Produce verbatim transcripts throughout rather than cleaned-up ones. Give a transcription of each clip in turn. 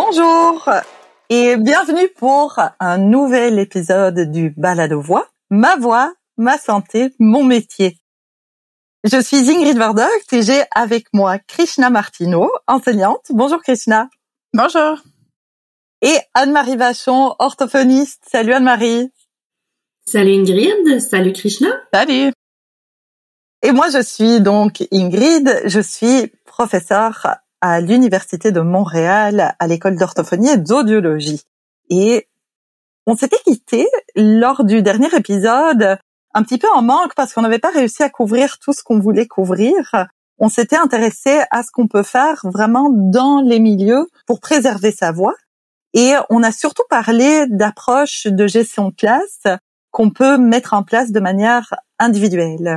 Bonjour et bienvenue pour un nouvel épisode du Balado Voix, ma voix, ma santé, mon métier. Je suis Ingrid Vardocht et j'ai avec moi Krishna Martineau, enseignante. Bonjour Krishna. Bonjour. Et Anne-Marie Vachon, orthophoniste. Salut Anne-Marie. Salut Ingrid, salut Krishna. Salut. Et moi je suis donc Ingrid, je suis professeure à l'Université de Montréal, à l'école d'orthophonie et d'audiologie. Et on s'était quitté lors du dernier épisode un petit peu en manque parce qu'on n'avait pas réussi à couvrir tout ce qu'on voulait couvrir. On s'était intéressé à ce qu'on peut faire vraiment dans les milieux pour préserver sa voix. Et on a surtout parlé d'approches de gestion de classe qu'on peut mettre en place de manière individuelle.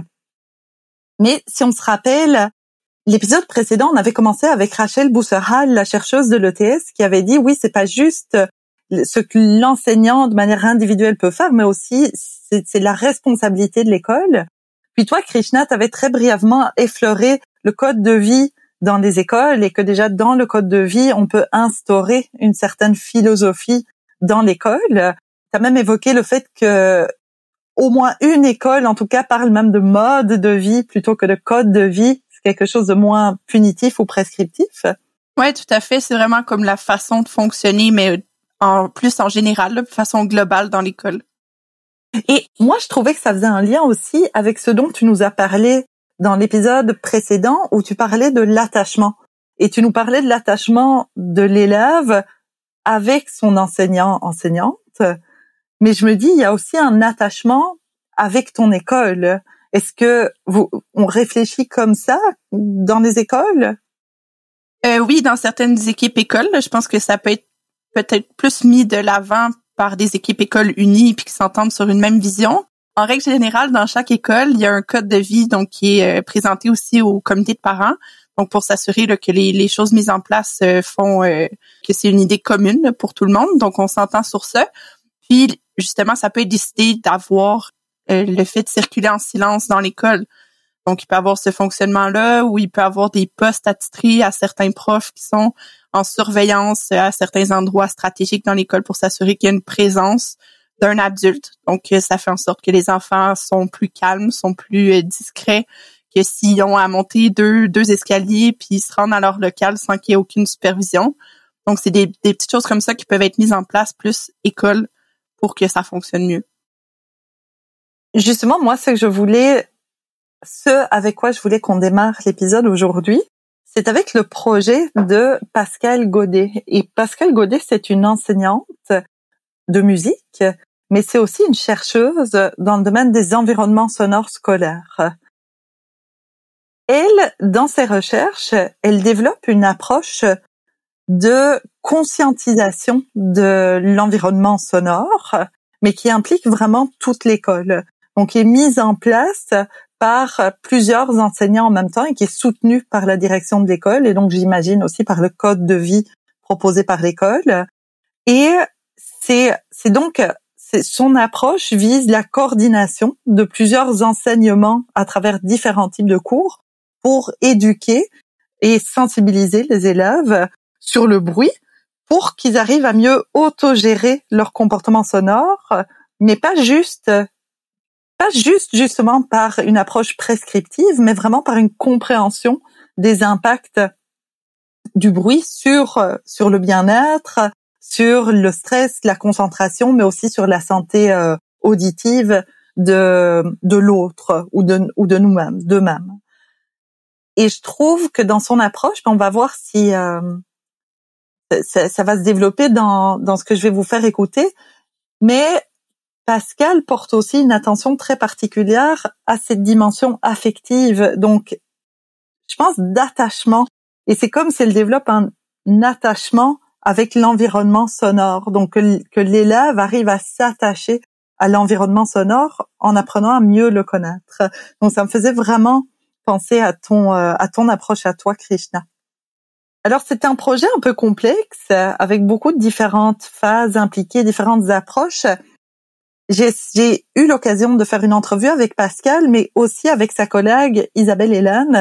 Mais si on se rappelle, l'épisode précédent, on avait commencé avec Rachel Bousserhal, la chercheuse de l'E T S, qui avait dit oui, c'est pas juste ce que l'enseignant de manière individuelle peut faire, mais aussi c'est, c'est la responsabilité de l'école. Puis toi, Krishna, tu avais très brièvement effleuré le code de vie dans les écoles et que déjà dans le code de vie, on peut instaurer une certaine philosophie dans l'école. Tu as même évoqué le fait que au moins une école, en tout cas, parle même de mode de vie plutôt que de code de vie. C'est quelque chose de moins punitif ou prescriptif. Oui, tout à fait. C'est vraiment comme la façon de fonctionner, mais en plus en général, de façon globale dans l'école. Et moi, je trouvais que ça faisait un lien aussi avec ce dont tu nous as parlé dans l'épisode précédent où tu parlais de l'attachement. Et tu nous parlais de l'attachement de l'élève avec son enseignant-enseignante. Mais je me dis, il y a aussi un attachement avec ton école. Est-ce que vous, on réfléchit comme ça dans les écoles? Euh, oui, dans certaines équipes écoles, je pense que ça peut être peut-être plus mis de l'avant par des équipes écoles unies puis qui s'entendent sur une même vision. En règle générale, dans chaque école, il y a un code de vie donc qui est euh, présenté aussi au comité de parents. Donc pour s'assurer là, que les, les choses mises en place euh, font euh, que c'est une idée commune là, pour tout le monde. Donc on s'entend sur ça. Puis justement, ça peut être décidé d'avoir euh, le fait de circuler en silence dans l'école. Donc, il peut y avoir ce fonctionnement-là où il peut y avoir des postes attitrés à certains profs qui sont en surveillance à certains endroits stratégiques dans l'école pour s'assurer qu'il y a une présence d'un adulte. Donc, ça fait en sorte que les enfants sont plus calmes, sont plus euh, discrets, que s'ils ont à monter deux, deux escaliers puis ils se rendent à leur local sans qu'il y ait aucune supervision. Donc, c'est des, des petites choses comme ça qui peuvent être mises en place plus école pour que ça fonctionne mieux. Justement, moi, ce que je voulais, ce avec quoi je voulais qu'on démarre l'épisode aujourd'hui, c'est avec le projet de Pascale Godet. Et Pascale Godet, c'est une enseignante de musique, mais c'est aussi une chercheuse dans le domaine des environnements sonores scolaires. Elle, dans ses recherches, elle développe une approche de conscientisation de l'environnement sonore, mais qui implique vraiment toute l'école. Donc, qui est mise en place par plusieurs enseignants en même temps et qui est soutenue par la direction de l'école et donc j'imagine aussi par le code de vie proposé par l'école. Et c'est, c'est donc, c'est, son approche vise la coordination de plusieurs enseignements à travers différents types de cours pour éduquer et sensibiliser les élèves sur le bruit pour qu'ils arrivent à mieux autogérer leur comportement sonore, mais pas juste pas juste justement par une approche prescriptive, mais vraiment par une compréhension des impacts du bruit sur sur le bien-être, sur le stress, la concentration, mais aussi sur la santé euh, auditive de de l'autre ou de ou de nous-mêmes, d'eux-mêmes. Et je trouve que dans son approche, on va voir si euh, ça, ça va se développer dans dans ce que je vais vous faire écouter, mais Pascale porte aussi une attention très particulière à cette dimension affective, donc je pense d'attachement. Et c'est comme si elle développe un attachement avec l'environnement sonore, donc que, que l'élève arrive à s'attacher à l'environnement sonore en apprenant à mieux le connaître. Donc ça me faisait vraiment penser à ton euh, à ton approche à toi, Krishna. Alors c'est un projet un peu complexe avec beaucoup de différentes phases impliquées, différentes approches. J'ai, j'ai eu l'occasion de faire une entrevue avec Pascale, mais aussi avec sa collègue Isabelle Hélène,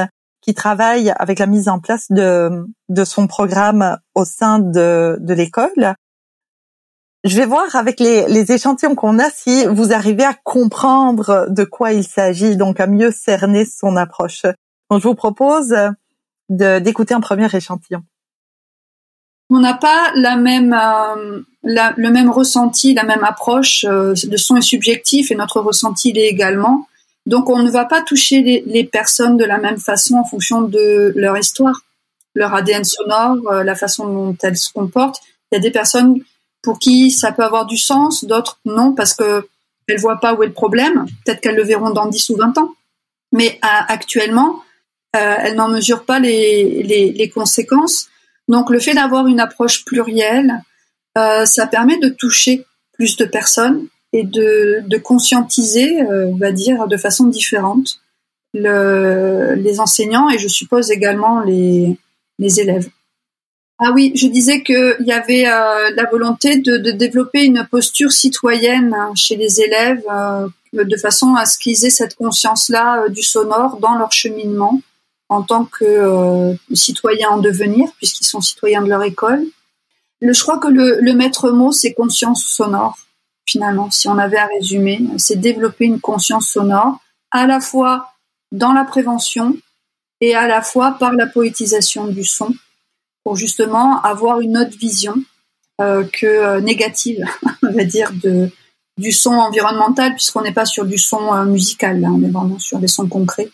qui travaille avec la mise en place de, de son programme au sein de, de l'école. Je vais voir avec les, les échantillons qu'on a si vous arrivez à comprendre de quoi il s'agit, donc à mieux cerner son approche. Donc je vous propose de, d'écouter un premier échantillon. On n'a pas la même, euh, la, le même ressenti, la même approche. Euh, le son est subjectif et notre ressenti l'est également. Donc on ne va pas toucher les, les personnes de la même façon en fonction de leur histoire, leur A D N sonore, euh, la façon dont elles se comportent. Il y a des personnes pour qui ça peut avoir du sens, d'autres non, parce que elles voient pas où est le problème. Peut-être qu'elles le verront dans dix ou vingt ans. Mais à, actuellement, euh, elles n'en mesurent pas les, les, les conséquences. Donc le fait d'avoir une approche plurielle, euh, ça permet de toucher plus de personnes et de, de conscientiser, euh, on va dire, de façon différente le, les enseignants et je suppose également les, les élèves. Ah oui, je disais qu'il y avait euh, la volonté de, de développer une posture citoyenne chez les élèves euh, de façon à ce qu'ils aient cette conscience-là euh, du sonore dans leur cheminement en tant que euh, citoyens en devenir, puisqu'ils sont citoyens de leur école. Le, je crois que le, le maître mot, c'est conscience sonore, finalement, si on avait à résumer. C'est développer une conscience sonore, à la fois dans la prévention et à la fois par la poétisation du son, pour justement avoir une autre vision euh, que euh, négative, on va dire, de, du son environnemental, puisqu'on n'est pas sur du son euh, musical, là, on est vraiment sur des sons concrets.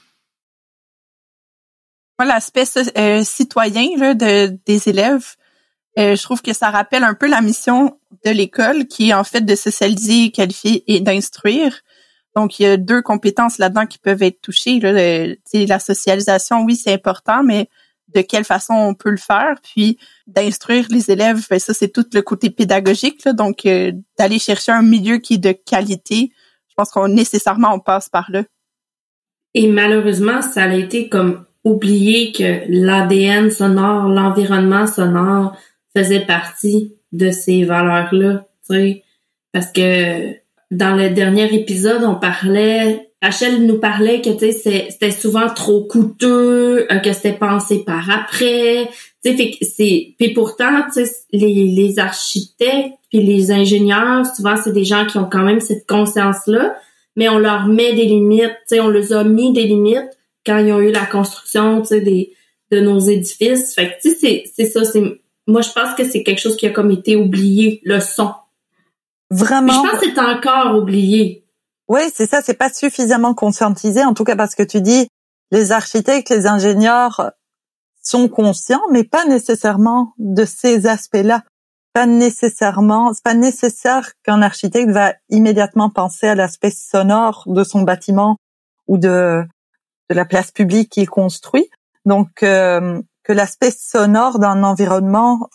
Moi, l'aspect euh, citoyen là, de, des élèves, euh, je trouve que ça rappelle un peu la mission de l'école, qui est en fait de socialiser, qualifier et d'instruire. Donc, il y a deux compétences là-dedans qui peuvent être touchées. Là. Le, la socialisation, oui, c'est important, mais de quelle façon on peut le faire, puis d'instruire les élèves, ben ça c'est tout le côté pédagogique, là, donc euh, d'aller chercher un milieu qui est de qualité, je pense qu'on nécessairement on passe par là. Et malheureusement, ça a été comme oublié que l'A D N sonore, l'environnement sonore faisait partie de ces valeurs-là, tu sais, parce que dans le dernier épisode, on parlait Rachel nous parlait que tu sais c'était souvent trop coûteux, euh, que c'était pensé par après, tu sais fait que c'est puis pourtant tu sais les les architectes puis les ingénieurs souvent c'est des gens qui ont quand même cette conscience là, mais on leur met des limites, tu sais on leur a mis des limites quand ils ont eu la construction tu sais des de nos édifices. Fait que tu sais c'est c'est ça c'est moi je pense que c'est quelque chose qui a comme été oublié, le son. Vraiment. Puis je pense que c'est encore oublié. Oui, c'est ça, c'est pas suffisamment conscientisé, en tout cas parce que tu dis, les architectes, les ingénieurs sont conscients, mais pas nécessairement de ces aspects-là. Pas nécessairement, c'est pas nécessaire qu'un architecte va immédiatement penser à l'aspect sonore de son bâtiment ou de, de la place publique qu'il construit. Donc, euh, que l'aspect sonore d'un environnement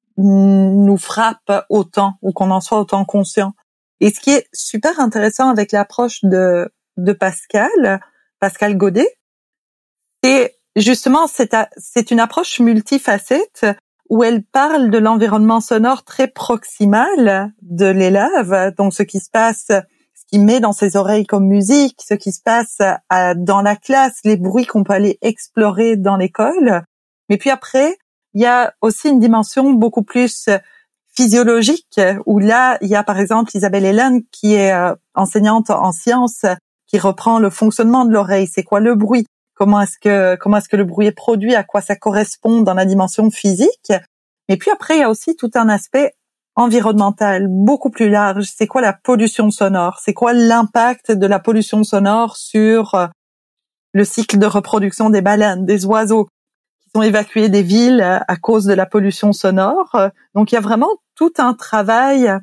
nous frappe autant ou qu'on en soit autant conscient. Et ce qui est super intéressant avec l'approche de, de Pascal, Pascal Godet, c'est justement, c'est, a, c'est une approche multifacette où elle parle de l'environnement sonore très proximal de l'élève, donc ce qui se passe, ce qu'il met dans ses oreilles comme musique, ce qui se passe à, dans la classe, les bruits qu'on peut aller explorer dans l'école. Mais puis après, il y a aussi une dimension beaucoup plus physiologique, où là, il y a par exemple Isabelle Hélène qui est euh, enseignante en sciences, qui reprend le fonctionnement de l'oreille. C'est quoi le bruit? Comment est-ce que comment est-ce que le bruit est produit? À quoi ça correspond dans la dimension physique? Et puis après, il y a aussi tout un aspect environnemental beaucoup plus large. C'est quoi la pollution sonore? C'est quoi l'impact de la pollution sonore sur euh, le cycle de reproduction des baleines, des oiseaux qui sont évacués des villes à cause de la pollution sonore? Donc il y a vraiment tout un travail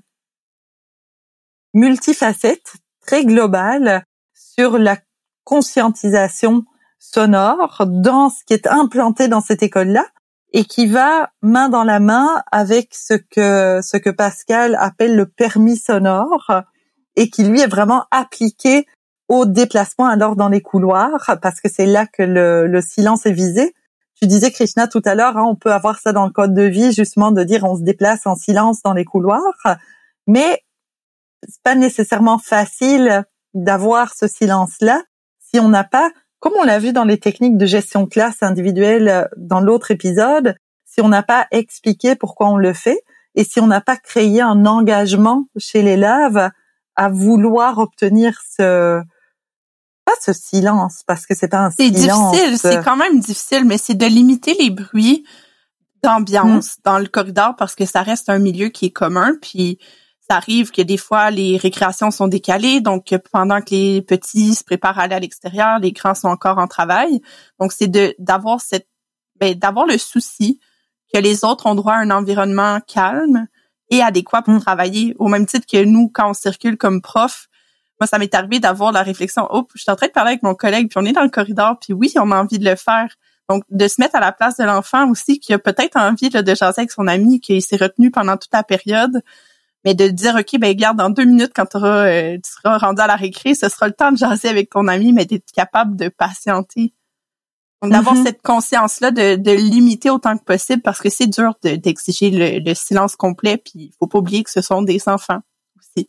multifacette, très global, sur la conscientisation sonore dans ce qui est implanté dans cette école-là et qui va main dans la main avec ce que ce que Pascal appelle le permis sonore et qui lui est vraiment appliqué au déplacement alors dans les couloirs, parce que c'est là que le, le silence est visé. Tu disais, Krishna, tout à l'heure, hein, on peut avoir ça dans le code de vie, justement, de dire on se déplace en silence dans les couloirs, mais c'est pas nécessairement facile d'avoir ce silence-là si on n'a pas comme on l'a vu dans les techniques de gestion de classe individuelle dans l'autre épisode, si on n'a pas expliqué pourquoi on le fait et si on n'a pas créé un engagement chez l'élève à vouloir obtenir ce pas ce silence, parce que c'est pas un c'est silence. C'est difficile, c'est quand même difficile, mais c'est de limiter les bruits d'ambiance mmh. dans le corridor parce que ça reste un milieu qui est commun, puis ça arrive que des fois les récréations sont décalées, donc pendant que les petits se préparent à aller à l'extérieur, les grands sont encore en travail. Donc c'est de d'avoir cette ben d'avoir le souci que les autres ont droit à un environnement calme et adéquat pour mmh. travailler, au même titre que nous quand on circule comme prof. Moi, ça m'est arrivé d'avoir la réflexion, oh, je suis en train de parler avec mon collègue, puis on est dans le corridor, puis oui, on a envie de le faire. Donc, de se mettre à la place de l'enfant aussi, qui a peut-être envie là, de jaser avec son ami, qui s'est retenu pendant toute la période, mais de dire, OK, ben garde, dans deux minutes, quand t'auras, euh, tu seras rendu à la récré, ce sera le temps de jaser avec ton ami, mais d'être capable de patienter. Donc, d'avoir mm-hmm. cette conscience-là de, de limiter autant que possible, parce que c'est dur de, d'exiger le, le silence complet, puis il faut pas oublier que ce sont des enfants aussi.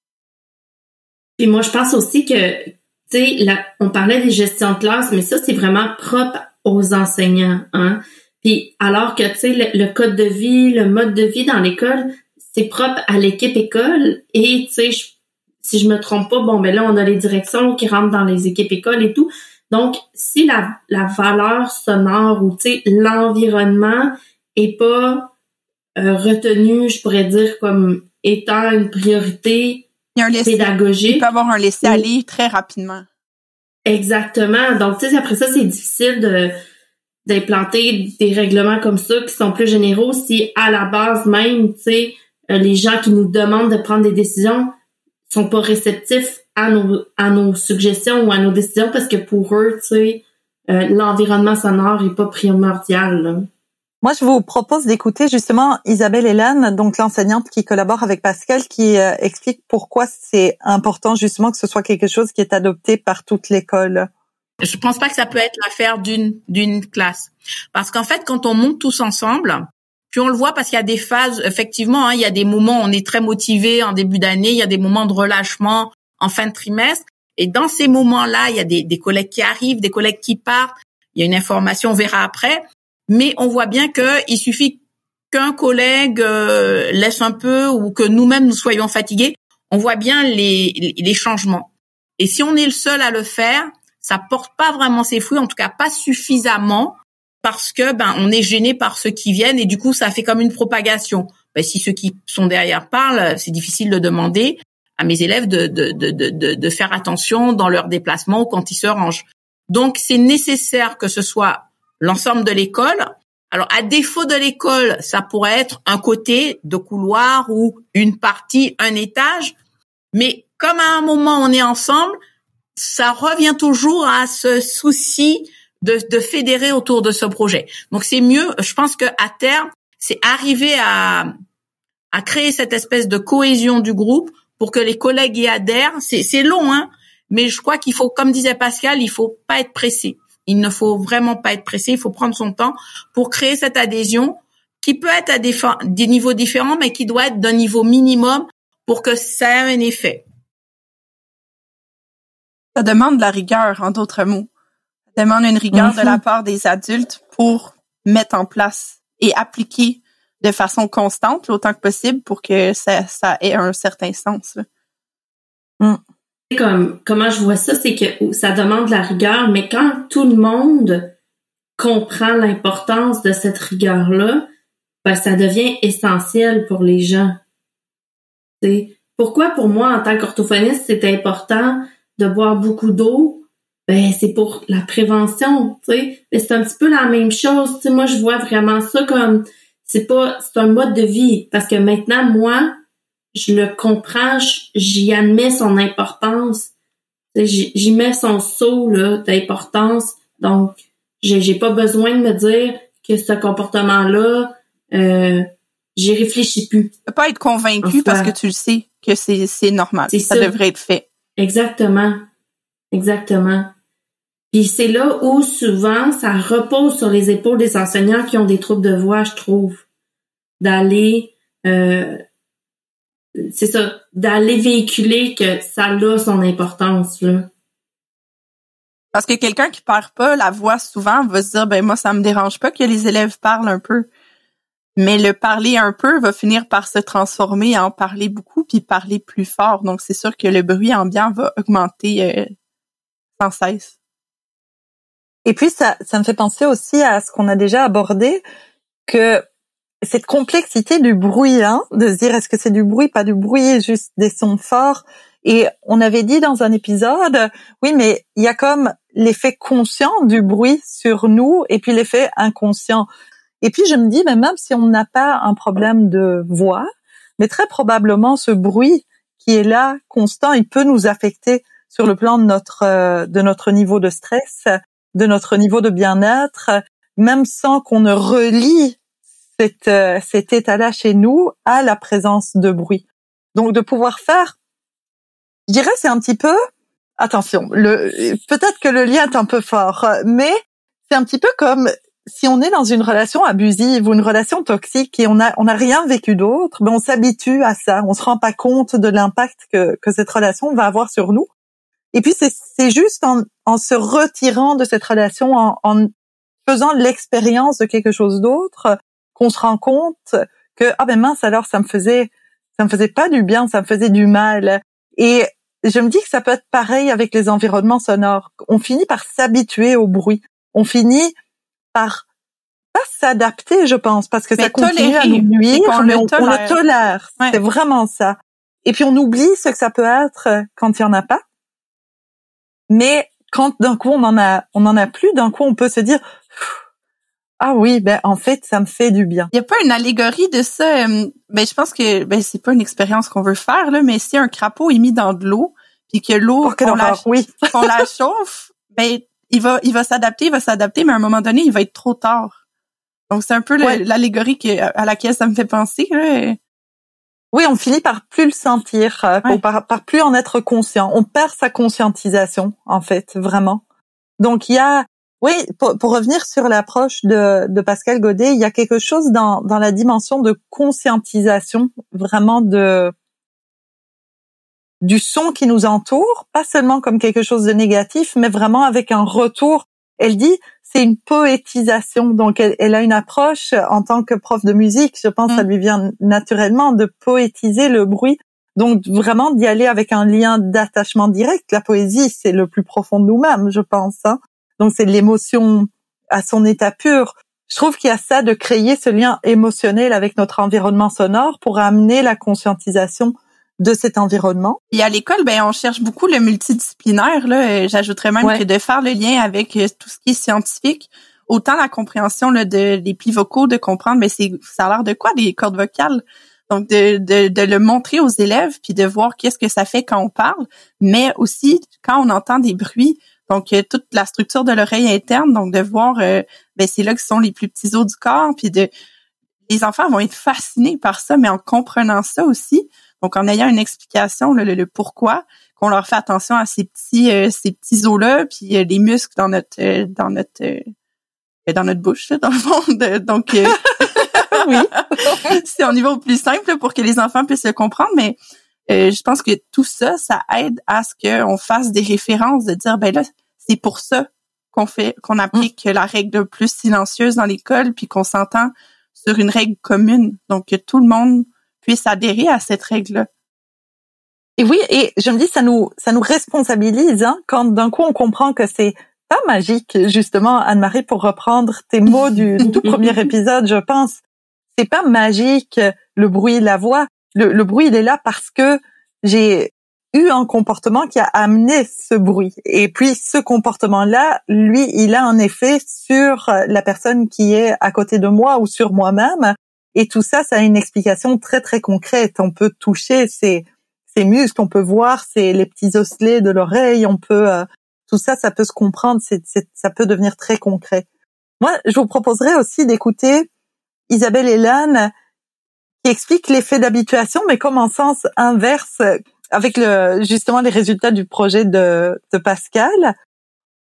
Puis moi, je pense aussi que, tu sais, là, on parlait des gestions de classe, mais ça, c'est vraiment propre aux enseignants, hein. Puis alors que, tu sais, le, le code de vie, le mode de vie dans l'école, c'est propre à l'équipe école. Et, tu sais, je, si je me trompe pas, bon, ben là, on a les directions qui rentrent dans les équipes écoles et tout. Donc, si la, la valeur sonore ou, tu sais, l'environnement est pas euh, retenu, je pourrais dire, comme étant une priorité, il y a un laisser, pédagogique. Il peut avoir un laisser-aller oui. très rapidement. Exactement. Donc, tu sais, après ça, c'est difficile de d'implanter des règlements comme ça qui sont plus généraux si, à la base même, tu sais, les gens qui nous demandent de prendre des décisions sont pas réceptifs à nos à nos suggestions ou à nos décisions parce que pour eux, tu sais, euh, l'environnement sonore est pas primordial, là. Moi, je vous propose d'écouter justement Isabelle Hélène, donc l'enseignante qui collabore avec Pascal, qui euh, explique pourquoi c'est important justement que ce soit quelque chose qui est adopté par toute l'école. Je pense pas que ça peut être l'affaire d'une d'une classe, parce qu'en fait, quand on monte tous ensemble, puis on le voit parce qu'il y a des phases, effectivement, hein, il y a des moments où on est très motivé en début d'année, il y a des moments de relâchement en fin de trimestre, et dans ces moments-là, il y a des, des collègues qui arrivent, des collègues qui partent, il y a une information, on verra après. Mais on voit bien que il suffit qu'un collègue euh, laisse un peu ou que nous-mêmes nous soyons fatigués, on voit bien les, les changements. Et si on est le seul à le faire, ça porte pas vraiment ses fruits, en tout cas pas suffisamment, parce que ben on est gêné par ceux qui viennent et du coup ça fait comme une propagation. Ben, si ceux qui sont derrière parlent, c'est difficile de demander à mes élèves de de de de, de faire attention dans leurs déplacements ou quand ils se rangent. Donc c'est nécessaire que ce soit l'ensemble de l'école. Alors, à défaut de l'école, ça pourrait être un côté de couloir ou une partie, un étage. Mais comme à un moment on est ensemble, ça revient toujours à ce souci de, de fédérer autour de ce projet. Donc, c'est mieux. Je pense que à terme, c'est arriver à, à créer cette espèce de cohésion du groupe pour que les collègues y adhèrent. C'est, c'est long, hein. Mais je crois qu'il faut, comme disait Pascal, il faut pas être pressé. Il ne faut vraiment pas être pressé, il faut prendre son temps pour créer cette adhésion qui peut être à des, fa- des niveaux différents, mais qui doit être d'un niveau minimum pour que ça ait un effet. Ça demande de la rigueur, en d'autres mots. Ça demande une rigueur mm-hmm. de la part des adultes pour mettre en place et appliquer de façon constante, autant que possible, pour que ça, ça ait un certain sens. Mm. Comme comment je vois ça, c'est que ça demande de la rigueur, mais quand tout le monde comprend l'importance de cette rigueur-là, ben ça devient essentiel pour les gens. T'sais, pourquoi pour moi, en tant qu'orthophoniste, c'est important de boire beaucoup d'eau? Ben c'est pour la prévention, tu sais. Mais c'est un petit peu la même chose. T'sais, moi, je vois vraiment ça comme c'est pas c'est un mode de vie. Parce que maintenant, moi, je le comprends, j'y admets son importance, j'y, j'y mets son saut là, d'importance, donc j'ai, j'ai pas besoin de me dire que ce comportement-là, euh, j'y réfléchis plus. Tu peux pas être convaincu parce que tu le sais que c'est, c'est normal, c'est ça, ça devrait être fait. Exactement, exactement. Puis c'est là où souvent ça repose sur les épaules des enseignants qui ont des troubles de voix, je trouve, d'aller euh, c'est ça, d'aller véhiculer que ça a son importance, là. Parce que quelqu'un qui perd pas la voix souvent va se dire, ben moi, ça me dérange pas que les élèves parlent un peu. Mais le parler un peu va finir par se transformer en parler beaucoup puis parler plus fort. Donc, c'est sûr que le bruit ambiant va augmenter euh, sans cesse. Et puis, ça, ça me fait penser aussi à ce qu'on a déjà abordé, que cette complexité du bruit, hein, de se dire est-ce que c'est du bruit, pas du bruit, juste des sons forts. Et on avait dit dans un épisode, oui, mais il y a comme l'effet conscient du bruit sur nous et puis l'effet inconscient. Et puis je me dis, mais même si on n'a pas un problème de voix, mais très probablement ce bruit qui est là, constant, il peut nous affecter sur le plan de notre euh, de notre niveau de stress, de notre niveau de bien-être, même sans qu'on ne relie cet, euh, cet état-là chez nous à la présence de bruit. Donc de pouvoir faire, je dirais c'est un petit peu, attention, le peut-être que le lien est un peu fort, mais c'est un petit peu comme si on est dans une relation abusive ou une relation toxique et on a on a rien vécu d'autre, ben on s'habitue à ça, on se rend pas compte de l'impact que que cette relation va avoir sur nous. Et puis c'est c'est juste en en se retirant de cette relation, en en faisant l'expérience de quelque chose d'autre, qu'on se rend compte que ah ben mince alors ça me faisait ça me faisait pas du bien, ça me faisait du mal. Et je me dis que ça peut être pareil avec les environnements sonores. On finit par s'habituer au bruit. On finit par pas s'adapter, je pense, parce que mais ça continue à nous nuire, mais on, on le tolère. Ouais. C'est vraiment ça. Et puis on oublie ce que ça peut être quand il y en a pas. Mais quand d'un coup on en a, on en a plus, d'un coup on peut se dire ah oui, ben en fait ça me fait du bien. Il y a pas une allégorie de ça. Ben je pense que ben c'est pas une expérience qu'on veut faire là, mais si un crapaud est mis dans de l'eau, puis que l'eau oh, qu'on la, oui. qu'on la chauffe, ben il va, il va s'adapter, il va s'adapter, mais à un moment donné il va être trop tard. Donc c'est un peu ouais. le, l'allégorie que, à laquelle ça me fait penser. Là. Oui, on finit par plus le sentir, ouais. par, par plus en être conscient. On perd sa conscientisation, en fait, vraiment. Donc il y a, oui, pour, pour revenir sur l'approche de, de Pascal Godet, il y a quelque chose dans, dans la dimension de conscientisation, vraiment de du son qui nous entoure, pas seulement comme quelque chose de négatif, mais vraiment avec un retour. Elle dit, c'est une poétisation. Donc, elle, elle a une approche en tant que prof de musique. Je pense que mmh. ça lui vient naturellement de poétiser le bruit. Donc, vraiment d'y aller avec un lien d'attachement direct. La poésie, c'est le plus profond de nous-mêmes, je pense. Hein. Donc, c'est de l'émotion à son état pur. Je trouve qu'il y a ça de créer ce lien émotionnel avec notre environnement sonore pour amener la conscientisation de cet environnement. Et à l'école, ben on cherche beaucoup le multidisciplinaire. Là, j'ajouterais même ouais. que de faire le lien avec tout ce qui est scientifique, autant la compréhension là, de des plis vocaux, de comprendre, mais c'est ça a l'air de quoi des cordes vocales. Donc de, de de le montrer aux élèves puis de voir qu'est-ce que ça fait quand on parle, mais aussi quand on entend des bruits. Donc euh, toute la structure de l'oreille interne, donc de voir, euh, ben c'est là que sont les plus petits os du corps, puis de les enfants vont être fascinés par ça, mais en comprenant ça aussi. Donc, en ayant une explication, le, le, le pourquoi, qu'on leur fait attention à ces petits, euh, ces petits os-là, puis euh, les muscles dans notre, euh, dans notre, euh, dans notre bouche, là, dans le fond. De, donc, euh, oui, c'est au niveau plus simple pour que les enfants puissent le comprendre. Mais euh, je pense que tout ça, ça aide à ce qu'on fasse des références, de dire, ben là, c'est pour ça qu'on fait, qu'on applique mmh. la règle plus silencieuse dans l'école, puis qu'on s'entend sur une règle commune. Donc, que tout le monde puisse adhérer à cette règle-là. Et oui, et je me dis, ça nous, ça nous responsabilise, hein, quand d'un coup on comprend que c'est pas magique, justement, Anne-Marie, pour reprendre tes mots du tout premier épisode, je pense, c'est pas magique, le bruit, la voix. Le, le bruit, il est là parce que j'ai eu un comportement qui a amené ce bruit. Et puis, ce comportement-là, lui, il a un effet sur la personne qui est à côté de moi ou sur moi-même. Et tout ça, ça a une explication très, très concrète. On peut toucher ces, ces muscles, on peut voir ces, les petits osselets de l'oreille, on peut, euh, tout ça, ça peut se comprendre, c'est, c'est, ça peut devenir très concret. Moi, je vous proposerais aussi d'écouter Isabelle Hélène qui explique l'effet d'habituation, mais comme en sens inverse, avec le, justement les résultats du projet de, de Pascal.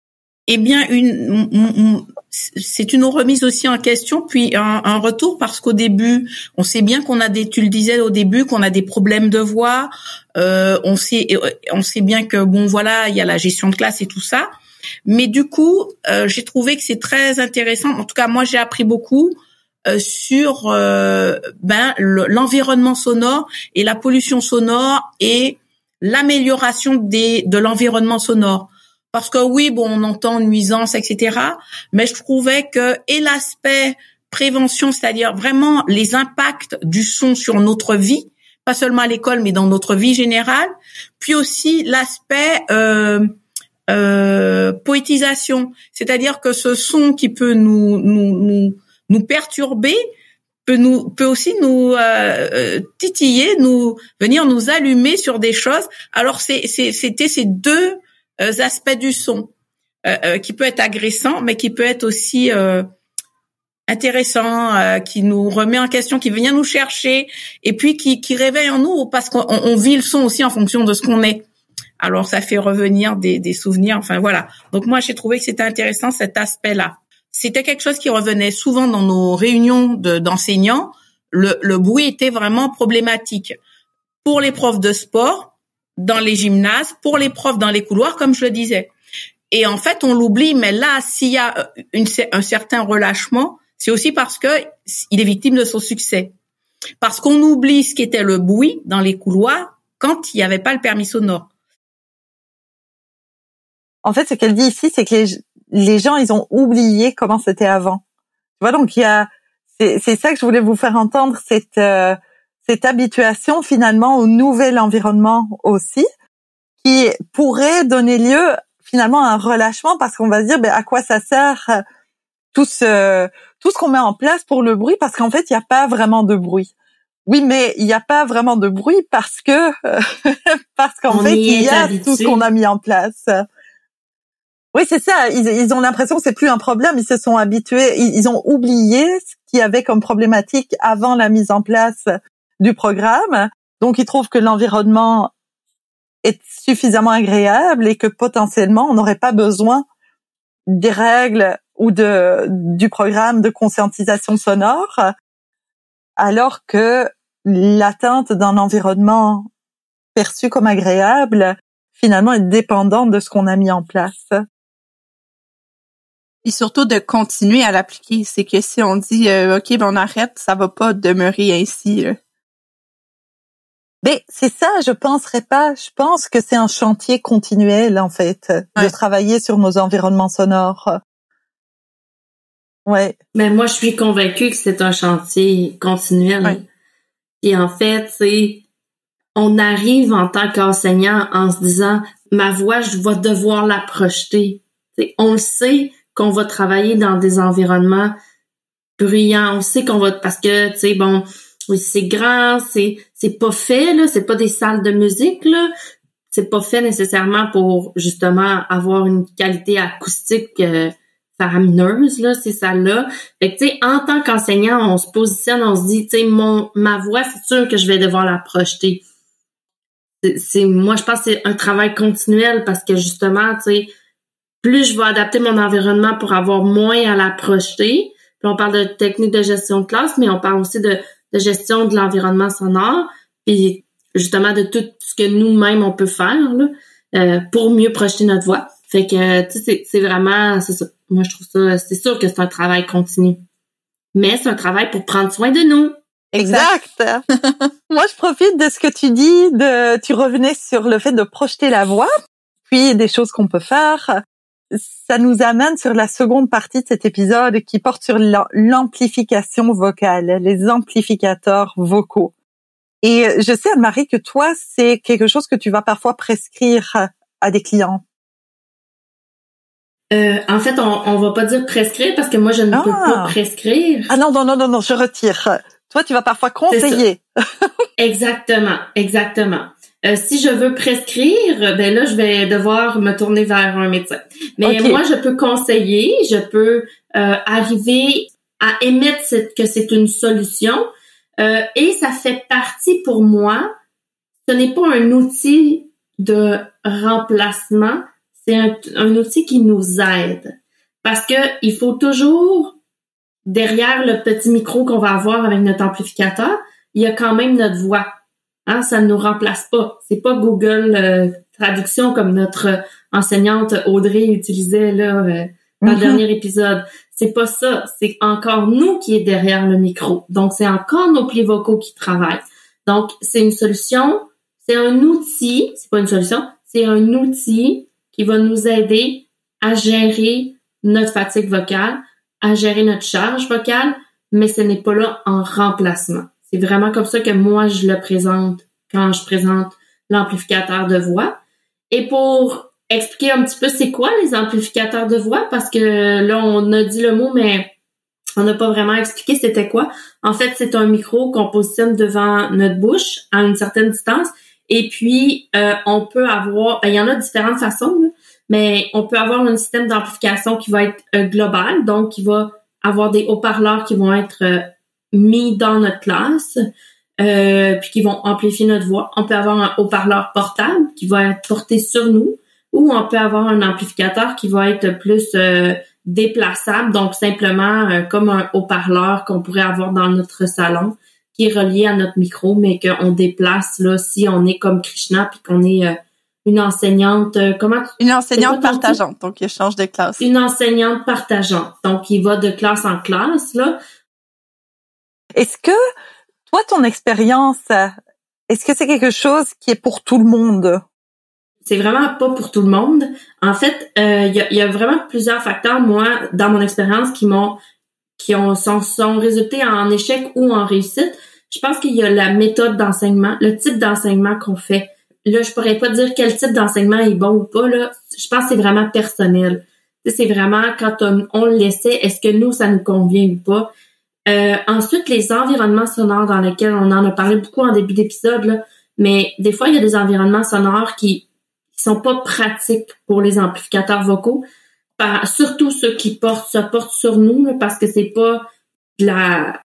eh bien, une, c'est une remise aussi en question, puis un, un retour, parce qu'au début, on sait bien qu'on a des, tu le disais au début, qu'on a des problèmes de voix. Euh, on sait, on sait bien que bon, voilà, il y a la gestion de classe et tout ça. Mais du coup, euh, j'ai trouvé que c'est très intéressant. En tout cas, moi, j'ai appris beaucoup euh, sur euh, ben le, l'environnement sonore et la pollution sonore et l'amélioration des de l'environnement sonore. Parce que oui, bon, on entend nuisance, et cetera. Mais je trouvais que et l'aspect prévention, c'est-à-dire vraiment les impacts du son sur notre vie, pas seulement à l'école, mais dans notre vie générale. Puis aussi l'aspect euh, euh, poétisation, c'est-à-dire que ce son qui peut nous nous nous, nous perturber peut nous peut aussi nous euh, titiller, nous venir nous allumer sur des choses. Alors c'est, c'est c'était ces deux euh, aspects du son euh, euh, qui peut être agressant, mais qui peut être aussi euh, intéressant, euh, qui nous remet en question, qui vient nous chercher, et puis qui, qui réveille en nous, parce qu'on on vit le son aussi en fonction de ce qu'on est. Alors ça fait revenir des, des souvenirs, enfin voilà. Donc moi j'ai trouvé que c'était intéressant cet aspect-là. C'était quelque chose qui revenait souvent dans nos réunions de, d'enseignants. Le, le bruit était vraiment problématique pour les profs de sport, dans les gymnases, pour les profs dans les couloirs, comme je le disais. Et en fait on l'oublie, mais là s'il y a une, un certain relâchement, c'est aussi parce que il est victime de son succès. Parce qu'on oublie ce qu'était le bruit dans les couloirs quand il n'y avait pas le permis sonore. En fait, ce qu'elle dit ici, c'est que les, les gens, ils ont oublié comment c'était avant. Tu vois, donc il y a, c'est, c'est ça que je voulais vous faire entendre, cette, euh, cette habituation finalement au nouvel environnement aussi, qui pourrait donner lieu finalement à un relâchement, parce qu'on va se dire, ben à quoi ça sert tout ce, tout ce qu'on met en place pour le bruit, parce qu'en fait, il n'y a pas vraiment de bruit. Oui, mais il n'y a pas vraiment de bruit parce que parce qu'en on fait, il y a habitué. tout ce qu'on a mis en place. Oui, c'est ça. Ils, ils ont l'impression que c'est plus un problème. Ils se sont habitués. Ils, ils ont oublié ce qu'il y avait comme problématique avant la mise en place du programme. Donc, ils trouvent que l'environnement est suffisamment agréable et que potentiellement, on n'aurait pas besoin des règles ou de du programme de conscientisation sonore, alors que l'atteinte d'un environnement perçu comme agréable, finalement, est dépendante de ce qu'on a mis en place. Et surtout de continuer à l'appliquer. C'est que si on dit euh, OK, ben on arrête, ça va pas demeurer ainsi. Là. Mais c'est ça, je penserais pas. Je pense que c'est un chantier continuel, en fait, ouais. de travailler sur nos environnements sonores. Ouais. Mais moi, je suis convaincue que c'est un chantier continuel. Ouais. Et en fait, c'est on arrive en tant qu'enseignant en se disant ma voix, je vais devoir la projeter. T'sais, on le sait qu'on va travailler dans des environnements bruyants. On sait qu'on va parce que tu sais bon, oui, c'est grand, c'est c'est pas fait là, c'est pas des salles de musique là, c'est pas fait nécessairement pour justement avoir une qualité acoustique euh, faramineuse là, ces salles-là. Fait que tu sais, en tant qu'enseignant, on se positionne, on se dit, tu sais, mon ma voix, c'est sûr que je vais devoir la projeter. C'est, c'est moi, je pense que c'est un travail continuel parce que justement, tu sais, plus je vais adapter mon environnement pour avoir moins à la projeter. Puis on parle de technique de gestion de classe, mais on parle aussi de, de gestion de l'environnement sonore, puis justement de tout ce que nous-mêmes on peut faire là, euh, pour mieux projeter notre voix. Fait que tu sais, c'est, c'est vraiment, c'est ça. Moi, je trouve ça, c'est sûr que c'est un travail continu, mais c'est un travail pour prendre soin de nous. Exact. Moi, je profite de ce que tu dis. De, tu revenais sur le fait de projeter la voix, puis des choses qu'on peut faire. Ça nous amène sur la seconde partie de cet épisode qui porte sur l'amplification vocale, les amplificateurs vocaux. Et je sais, Anne-Marie, que toi, c'est quelque chose que tu vas parfois prescrire à des clients. Euh, en fait, on, on va pas dire prescrire parce que moi, je ne ah. peux pas prescrire. Ah non, non, non, non, non, je retire. Toi, tu vas parfois conseiller. Exactement, exactement. Euh, si je veux prescrire, ben là, je vais devoir me tourner vers un médecin. Mais okay. moi, je peux conseiller, je peux euh, arriver à émettre cette, que c'est une solution euh, et ça fait partie pour moi, ce n'est pas un outil de remplacement, c'est un, un outil qui nous aide. Parce que il faut toujours, derrière le petit micro qu'on va avoir avec notre amplificateur, il y a quand même notre voix. Hein, ça ne nous remplace pas. C'est pas Google euh, Traduction comme notre enseignante Audrey utilisait là euh, dans mm-hmm. le dernier épisode. C'est pas ça. C'est encore nous qui est derrière le micro. Donc, c'est encore nos plis vocaux qui travaillent. Donc, c'est une solution, c'est un outil, c'est pas une solution, c'est un outil qui va nous aider à gérer notre fatigue vocale, à gérer notre charge vocale, mais ce n'est pas là en remplacement. C'est vraiment comme ça que moi, je le présente quand je présente l'amplificateur de voix. Et pour expliquer un petit peu c'est quoi les amplificateurs de voix, parce que là, on a dit le mot, mais on n'a pas vraiment expliqué c'était quoi. En fait, c'est un micro qu'on positionne devant notre bouche à une certaine distance. Et puis, euh, on peut avoir... Ben, il y en a différentes façons, là, mais on peut avoir un système d'amplification qui va être euh, global, donc qui va avoir des haut-parleurs qui vont être euh, mis dans notre classe, euh, puis qui vont amplifier notre voix. On peut avoir un haut-parleur portable qui va être porté sur nous, ou on peut avoir un amplificateur qui va être plus euh, déplaçable, donc simplement euh, comme un haut-parleur qu'on pourrait avoir dans notre salon, qui est relié à notre micro, mais qu'on déplace là si on est comme Krishna, puis qu'on est euh, une enseignante, euh, comment Une enseignante partageante, donc il change de classe. Une enseignante partageante, donc il va de classe en classe, là. Est-ce que, toi, ton expérience, est-ce que c'est quelque chose qui est pour tout le monde? C'est vraiment pas pour tout le monde. En fait, il euh, y, a, y a vraiment plusieurs facteurs, moi, dans mon expérience, qui m'ont qui ont sont, sont résultés en échec ou en réussite. Je pense qu'il y a la méthode d'enseignement, le type d'enseignement qu'on fait. Là, je pourrais pas dire quel type d'enseignement est bon ou pas, là. Je pense que c'est vraiment personnel. C'est vraiment quand on, on le laissait, est-ce que nous, ça nous convient ou pas. Euh, ensuite, les environnements sonores dans lesquels on en a parlé beaucoup en début d'épisode, là, mais des fois, il y a des environnements sonores qui, qui sont pas pratiques pour les amplificateurs vocaux. Par, surtout ceux qui portent, se portent sur nous, là, parce que c'est pas de la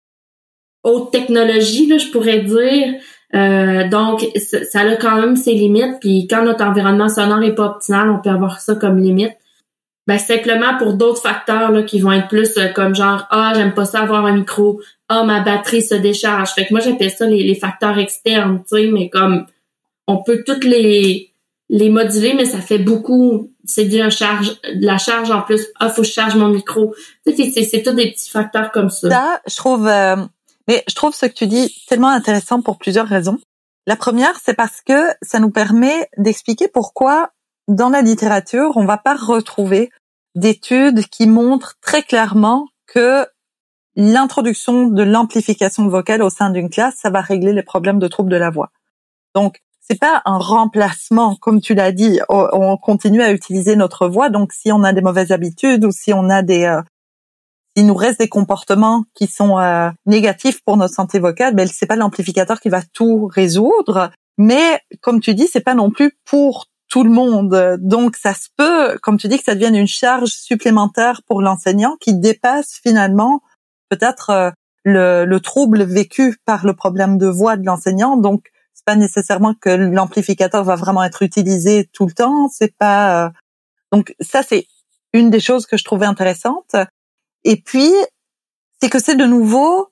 haute technologie, là, je pourrais dire. Euh, donc, ça, ça a quand même ses limites. Puis quand notre environnement sonore est pas optimal, on peut avoir ça comme limite. Ben simplement pour d'autres facteurs là qui vont être plus euh, comme genre ah j'aime pas ça avoir un micro, ah ma batterie se décharge. Fait que moi j'appelle ça les, les facteurs externes, tu sais, mais comme on peut toutes les les moduler, mais ça fait beaucoup. C'est de la charge, de la charge en plus. Ah faut que je charge mon micro. Tu sais, c'est c'est tous des petits facteurs comme ça. Ça, je trouve, euh, mais je trouve ce que tu dis tellement intéressant pour plusieurs raisons. La première, c'est parce que ça nous permet d'expliquer pourquoi dans la littérature, on va pas retrouver d'études qui montrent très clairement que l'introduction de l'amplification vocale au sein d'une classe, ça va régler les problèmes de troubles de la voix. Donc, c'est pas un remplacement, comme tu l'as dit, on continue à utiliser notre voix, donc si on a des mauvaises habitudes ou si on a des... Euh, s'il nous reste des comportements qui sont euh, négatifs pour notre santé vocale, ben c'est pas l'amplificateur qui va tout résoudre, mais comme tu dis, c'est pas non plus pour tout le monde. Donc, ça se peut, comme tu dis, que ça devienne une charge supplémentaire pour l'enseignant qui dépasse finalement peut-être euh, le, le trouble vécu par le problème de voix de l'enseignant. Donc, c'est pas nécessairement que l'amplificateur va vraiment être utilisé tout le temps. C'est pas. Euh... Donc, ça, c'est une des choses que je trouvais intéressante. Et puis, c'est que c'est de nouveau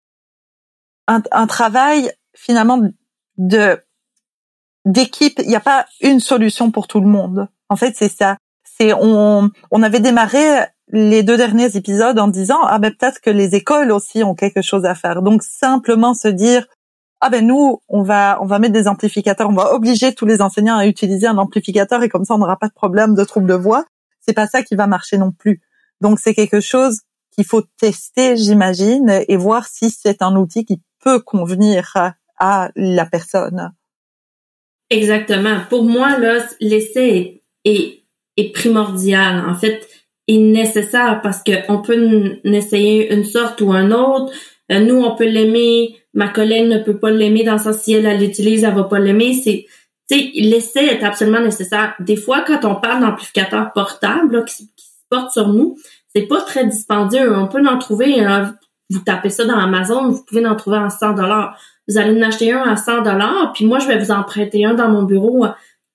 un, un travail finalement de d'équipe. Il n'y a pas une solution pour tout le monde. En fait, c'est ça. C'est on on avait démarré les deux derniers épisodes en disant ah ben peut-être que les écoles aussi ont quelque chose à faire. Donc simplement se dire ah ben nous on va on va mettre des amplificateurs, on va obliger tous les enseignants à utiliser un amplificateur et comme ça on n'aura pas de problème de trouble de voix. C'est pas ça qui va marcher non plus. Donc c'est quelque chose qu'il faut tester, j'imagine, et voir si c'est un outil qui peut convenir à, à la personne. Exactement. Pour moi, là, l'essai est, est, est primordial. En fait, est nécessaire parce que on peut n- essayer une sorte ou un autre. Euh, nous, on peut l'aimer. Ma collègue ne peut pas l'aimer dans le sens si elle, elle l'utilise, elle va pas l'aimer. C'est, tu sais, l'essai est absolument nécessaire. Des fois, quand on parle d'amplificateur portable là, qui, qui se porte sur nous, c'est pas très dispendieux. On peut en trouver. Hein, vous tapez ça dans Amazon, vous pouvez en trouver en cent dollars. Vous allez en acheter un à cent dollars, puis moi, je vais vous en prêter un dans mon bureau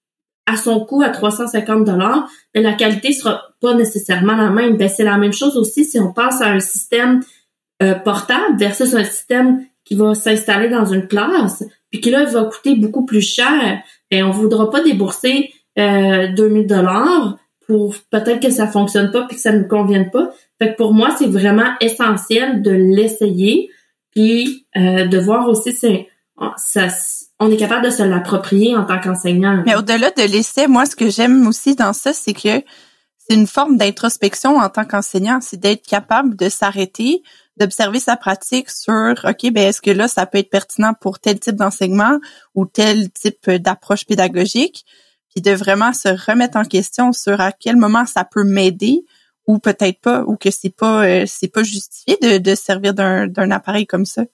à son coût à trois cent cinquante dollars, mais la qualité sera pas nécessairement la même. Ben, c'est la même chose aussi si on passe à un système euh, portable versus un système qui va s'installer dans une classe, puis qui là, il va coûter beaucoup plus cher. Et on voudra pas débourser euh, deux mille dollars pour peut-être que ça fonctionne pas puis que ça ne nous convienne pas. Fait que pour moi, c'est vraiment essentiel de l'essayer puis euh, de voir aussi si ça, on est capable de se l'approprier en tant qu'enseignant. Mais au-delà de l'essai, moi, ce que j'aime aussi dans ça, c'est que c'est une forme d'introspection en tant qu'enseignant. C'est d'être capable de s'arrêter, d'observer sa pratique sur, OK, ben est-ce que là, ça peut être pertinent pour tel type d'enseignement ou tel type d'approche pédagogique, puis de vraiment se remettre en question sur à quel moment ça peut m'aider ou peut-être pas, ou que c'est pas euh, c'est pas justifié de, de servir d'un, d'un appareil comme ça.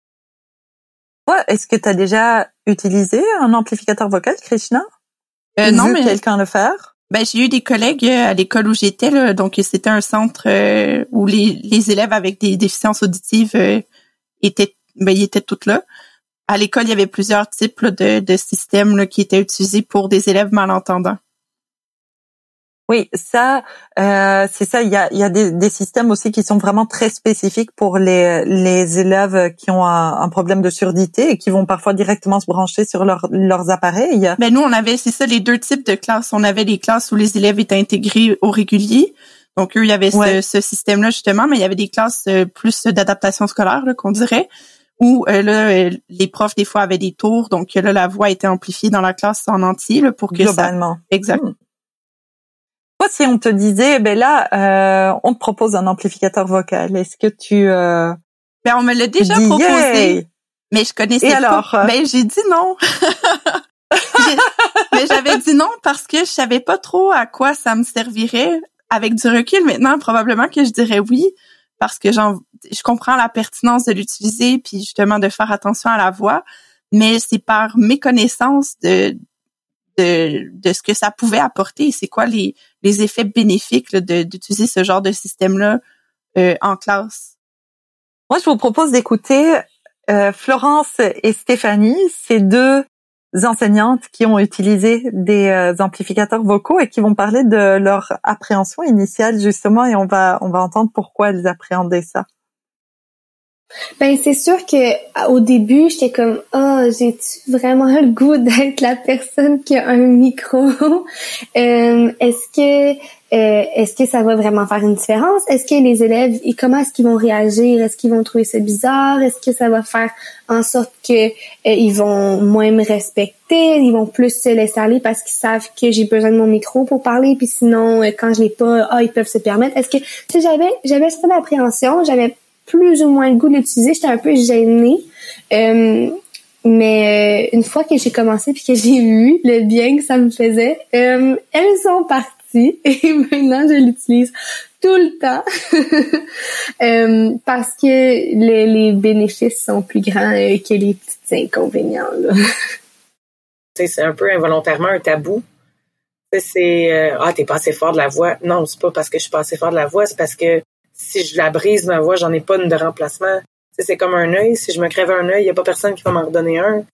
Ouais, est-ce que tu as déjà utilisé un amplificateur vocal, Krishna? Euh, non, vu mais quelqu'un le faire? Ben j'ai eu des collègues à l'école où j'étais là, donc c'était un centre euh, où les les élèves avec des déficiences auditives euh, étaient ben ils étaient tous là. À l'école, il y avait plusieurs types là, de de systèmes là, qui étaient utilisés pour des élèves malentendants. Oui, ça, euh, c'est ça. Il y a, il y a des, des systèmes aussi qui sont vraiment très spécifiques pour les les élèves qui ont un, un problème de surdité et qui vont parfois directement se brancher sur leur, leurs appareils. Ben nous, on avait, c'est ça, les deux types de classes. On avait les classes où les élèves étaient intégrés au régulier. Donc eux, il y avait ouais. ce, ce système-là justement, mais il y avait des classes euh, plus d'adaptation scolaire, là, qu'on dirait, où euh, là, euh, les profs des fois avaient des tours, donc là, la voix était amplifiée dans la classe en entier là, pour que globalement. Ça... Exact. Hmm. Si on te disait, ben là, euh, on te propose un amplificateur vocal, est-ce que tu... Euh, ben on me l'a déjà dis, proposé, yeah! Mais je connaissais Et pas. alors? Ben j'ai dit non. j'ai... Mais j'avais dit non parce que je savais pas trop à quoi ça me servirait. Avec du recul, maintenant, probablement que je dirais oui, parce que j'en... je comprends la pertinence de l'utiliser, puis justement de faire attention à la voix, mais c'est par méconnaissance de... de de ce que ça pouvait apporter, c'est quoi les les effets bénéfiques là, de d'utiliser ce genre de système là euh, en classe. Moi, je vous propose d'écouter euh, Florence et Stéphanie, ces deux enseignantes qui ont utilisé des euh, amplificateurs vocaux et qui vont parler de leur appréhension initiale justement, et on va on va entendre pourquoi elles appréhendaient ça. Ben c'est sûr que au début j'étais comme oh j'ai-tu vraiment le goût d'être la personne qui a un micro. euh, est-ce que euh, est-ce que ça va vraiment faire une différence? Est-ce que les élèves et comment est-ce qu'ils vont réagir? Est-ce qu'ils vont trouver ça bizarre? Est-ce que ça va faire en sorte que euh, ils vont moins me respecter? Ils vont plus se laisser aller parce qu'ils savent que j'ai besoin de mon micro pour parler, puis sinon euh, quand je l'ai pas, ah ils peuvent se permettre. Est-ce que tu sais j'avais j'avais cette appréhension, j'avais plus ou moins le goût de l'utiliser, j'étais un peu gênée. Euh, mais euh, une fois que j'ai commencé puis que j'ai vu le bien que ça me faisait, euh, elles sont parties et maintenant je l'utilise tout le temps euh, parce que les, les bénéfices sont plus grands euh, que les petits inconvénients. Là. C'est un peu involontairement un tabou. C'est euh, ah t'es pas assez fort de la voix. Non, c'est pas parce que je suis pas assez fort de la voix, c'est parce que si je la brise, ma voix, j'en ai pas une de remplacement. T'sais, c'est comme un œil. Si je me crève un œil, il n'y a pas personne qui va m'en redonner un.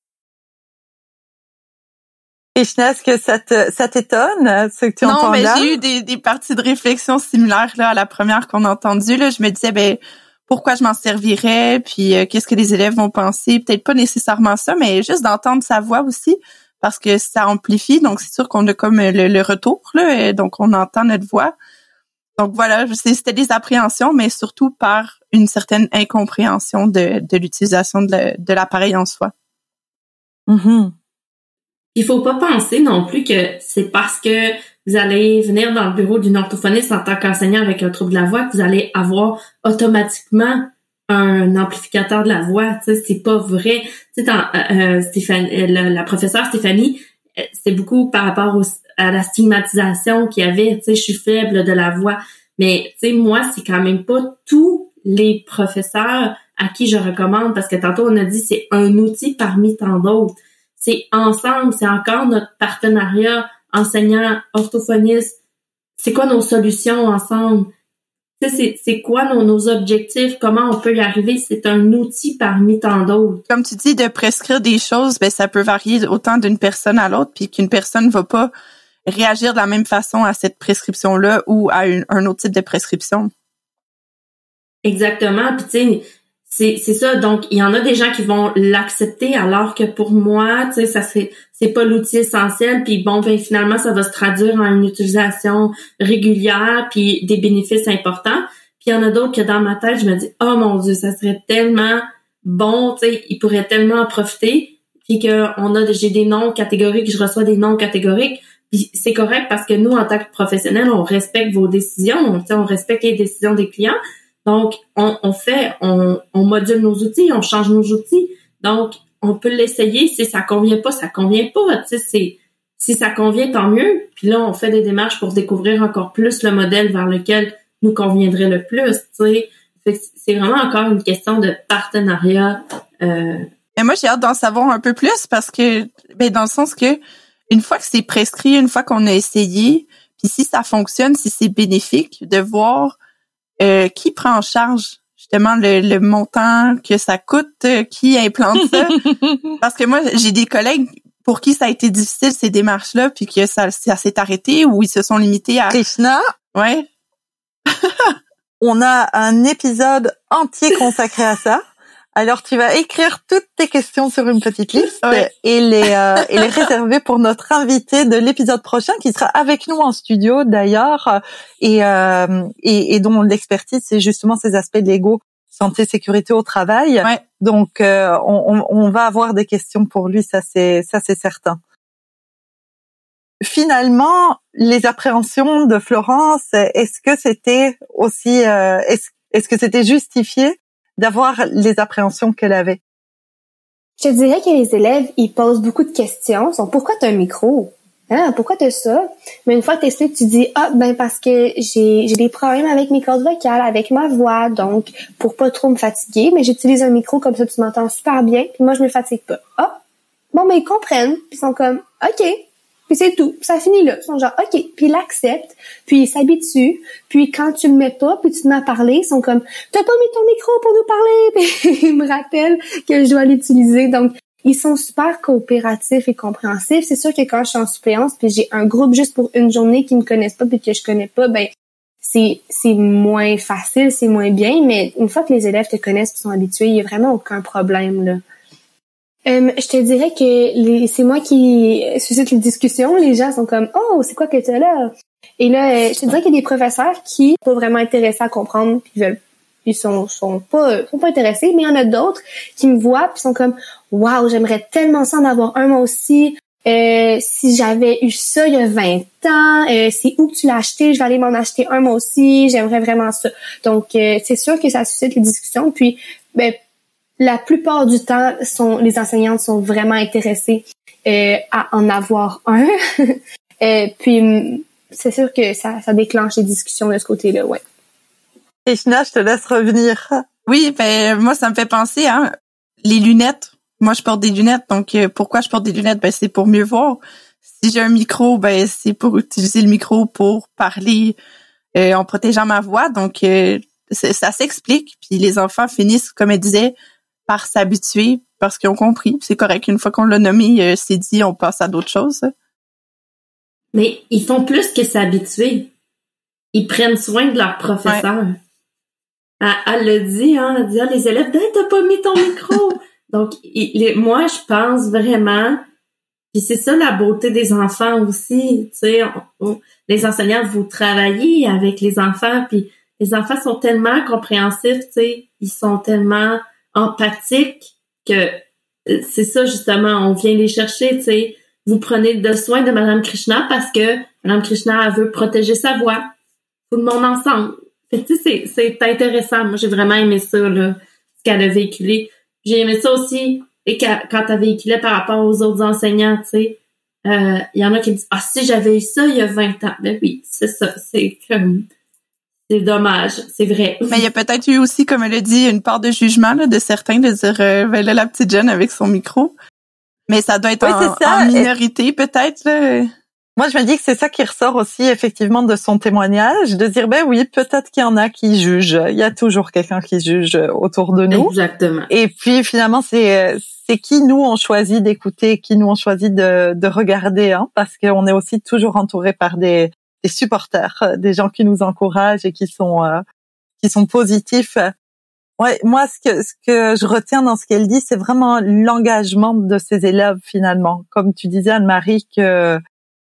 Krishna, est-ce que ça, te, ça t'étonne, ce que tu non, entends mais là? J'ai eu des, des parties de réflexion similaires là, à la première qu'on a entendue. Là. Je me disais, ben pourquoi je m'en servirais, puis euh, qu'est-ce que les élèves vont penser. Peut-être pas nécessairement ça, mais juste d'entendre sa voix aussi, parce que ça amplifie. Donc, c'est sûr qu'on a comme le, le retour, là, donc on entend notre voix. Donc voilà, c'était des appréhensions, mais surtout par une certaine incompréhension de, de l'utilisation de, la, de l'appareil en soi. Mm-hmm. Il faut pas penser non plus que c'est parce que vous allez venir dans le bureau d'une orthophoniste en tant qu'enseignant avec un trouble de la voix que vous allez avoir automatiquement un amplificateur de la voix. Tu sais, c'est pas vrai. Tu sais, euh, Stéphanie, la, la professeure Stéphanie, c'est beaucoup par rapport au, à la stigmatisation qu'il y avait. Tu sais, je suis faible de la voix. Mais, tu sais, moi, c'est quand même pas tous les professeurs à qui je recommande, parce que tantôt, on a dit c'est un outil parmi tant d'autres. C'est ensemble, c'est encore notre partenariat enseignant-orthophoniste. C'est quoi nos solutions ensemble? Tu sais, c'est, c'est quoi nos, nos objectifs? Comment on peut y arriver? C'est un outil parmi tant d'autres. Comme tu dis, de prescrire des choses, ben ça peut varier autant d'une personne à l'autre, puis qu'une personne va pas réagir de la même façon à cette prescription-là ou à une, un autre type de prescription. Exactement. Puis tu sais, c'est c'est ça. Donc il y en a des gens qui vont l'accepter, alors que pour moi, tu sais, ça c'est c'est pas l'outil essentiel. Puis bon, ben finalement, ça va se traduire en une utilisation régulière, puis des bénéfices importants. Puis il y en a d'autres que dans ma tête, je me dis, oh mon Dieu, ça serait tellement bon, tu sais, ils pourraient tellement en profiter. Puis que on a, j'ai des noms catégoriques, je reçois des noms catégoriques. Puis c'est correct parce que nous, en tant que professionnels, on respecte vos décisions, tu sais, on respecte les décisions des clients. Donc, on, on fait, on, on module nos outils, on change nos outils. Donc, on peut l'essayer. Si ça convient pas, ça convient pas. Tu sais, c'est, si ça convient, tant mieux. Puis là, on fait des démarches pour découvrir encore plus le modèle vers lequel nous conviendrait le plus. Tu sais, fait que c'est vraiment encore une question de partenariat. Euh... Et moi, j'ai hâte d'en savoir un peu plus parce que, ben, dans le sens que une fois que c'est prescrit, une fois qu'on a essayé, puis si ça fonctionne, si c'est bénéfique, de voir Euh, qui prend en charge justement le, le montant que ça coûte, euh, qui implante ça. Parce que moi, j'ai des collègues pour qui ça a été difficile ces démarches-là, puis que ça, ça s'est arrêté ou ils se sont limités à... Krishna, ouais. On a un épisode entier consacré à ça. Alors, tu vas écrire toutes tes questions sur une petite liste ouais. et les euh, et les réserver pour notre invité de l'épisode prochain qui sera avec nous en studio d'ailleurs et euh, et, et dont l'expertise c'est justement ces aspects légaux, santé, sécurité au travail. Ouais. Donc, euh, on, on va avoir des questions pour lui, ça c'est ça c'est certain. Finalement, les appréhensions de Florence, est-ce que c'était aussi euh, est-ce est-ce que c'était justifié d'avoir les appréhensions qu'elle avait? Je te dirais que les élèves, ils posent beaucoup de questions. Ils sont, pourquoi t'as un micro? Hein? Pourquoi t'as ça? Mais une fois que t'expliques, tu dis, ah, ben, parce que j'ai, j'ai des problèmes avec mes cordes vocales, avec ma voix. Donc, pour pas trop me fatiguer, mais j'utilise un micro comme ça, tu m'entends super bien. Puis moi, je me fatigue pas. Ah! Bon, mais ils comprennent. Puis ils sont comme, OK. Puis c'est tout. Ça finit là. Ils sont genre, OK. Puis ils l'acceptent. Puis ils s'habituent. Puis quand tu le mets pas, puis tu te mets à parler, ils sont comme, t'as pas mis ton micro pour nous parler. Puis ils me rappellent que je dois l'utiliser. Donc, ils sont super coopératifs et compréhensifs. C'est sûr que quand je suis en suppléance, puis j'ai un groupe juste pour une journée qui me connaissent pas puis que je connais pas, ben c'est c'est moins facile, c'est moins bien. Mais une fois que les élèves te connaissent et sont habitués, il y a vraiment aucun problème là. Euh, je te dirais que les, c'est moi qui suscite les discussions. Les gens sont comme, oh, c'est quoi que tu as là? Et là, euh, je te dirais qu'il y a des professeurs qui sont pas vraiment intéressés à comprendre, puis veulent, ils sont sont pas sont pas intéressés. Mais il y en a d'autres qui me voient puis sont comme, waouh, j'aimerais tellement ça en avoir un moi aussi. Euh, si j'avais eu ça il y a vingt ans, euh, c'est où que tu l'as acheté? Je vais aller m'en acheter un moi aussi. J'aimerais vraiment ça. Donc, euh, c'est sûr que ça suscite les discussions. Puis, ben la plupart du temps, sont, les enseignantes sont vraiment intéressées euh, à en avoir un. euh, puis, c'est sûr que ça, ça déclenche les discussions de ce côté-là, ouais. Krishna, je te laisse revenir. Oui, ben moi, ça me fait penser, hein, les lunettes. Moi, je porte des lunettes, donc euh, pourquoi je porte des lunettes? Ben c'est pour mieux voir. Si j'ai un micro, ben c'est pour utiliser le micro pour parler euh, en protégeant ma voix. Donc, euh, ça s'explique. Puis les enfants finissent, comme elle disait, par s'habituer parce qu'ils ont compris. C'est correct. Une fois qu'on l'a nommé, euh, c'est dit, on passe à d'autres choses. Mais ils font plus que s'habituer. Ils prennent soin de leur professeur. Ouais. Elle, elle le dit, hein, elle dit, ah, les élèves, hey, t'as pas mis ton micro. Donc, il, les, moi, je pense vraiment, puis c'est ça la beauté des enfants aussi, tu sais, on, on, les enseignants, vous travaillez avec les enfants, puis les enfants sont tellement compréhensifs, tu sais, ils sont tellement empathiques que c'est ça, justement, on vient les chercher, tu sais. Vous prenez de soin de Madame Krishna parce que Madame Krishna, elle veut protéger sa voix. Tout le monde ensemble. Fait tu sais, c'est, c'est intéressant. Moi, j'ai vraiment aimé ça, là, ce qu'elle a véhiculé. J'ai aimé ça aussi, et quand elle véhiculait par rapport aux autres enseignants, tu sais. Il euh, y en a qui me disent, ah, si j'avais eu ça il y a vingt ans. Ben oui, c'est ça. C'est comme... C'est dommage, c'est vrai. Mais il y a peut-être eu aussi, comme elle a dit, une part de jugement là, de certains, de dire euh, ben là, la petite jeune avec son micro. Mais ça doit être oui, en, en minorité, peut-être. Là. Moi, je me dis que c'est ça qui ressort aussi effectivement de son témoignage, de dire ben oui, peut-être qu'il y en a qui jugent. Il y a toujours quelqu'un qui juge autour de nous. Exactement. Et puis finalement, c'est c'est qui nous on choisit d'écouter, qui nous on choisit de de regarder, hein, parce qu'on est aussi toujours entouré par des des supporters, des gens qui nous encouragent et qui sont euh, qui sont positifs. Ouais, moi, ce que, ce que je retiens dans ce qu'elle dit, c'est vraiment l'engagement de ses élèves, finalement. Comme tu disais, Anne-Marie, que,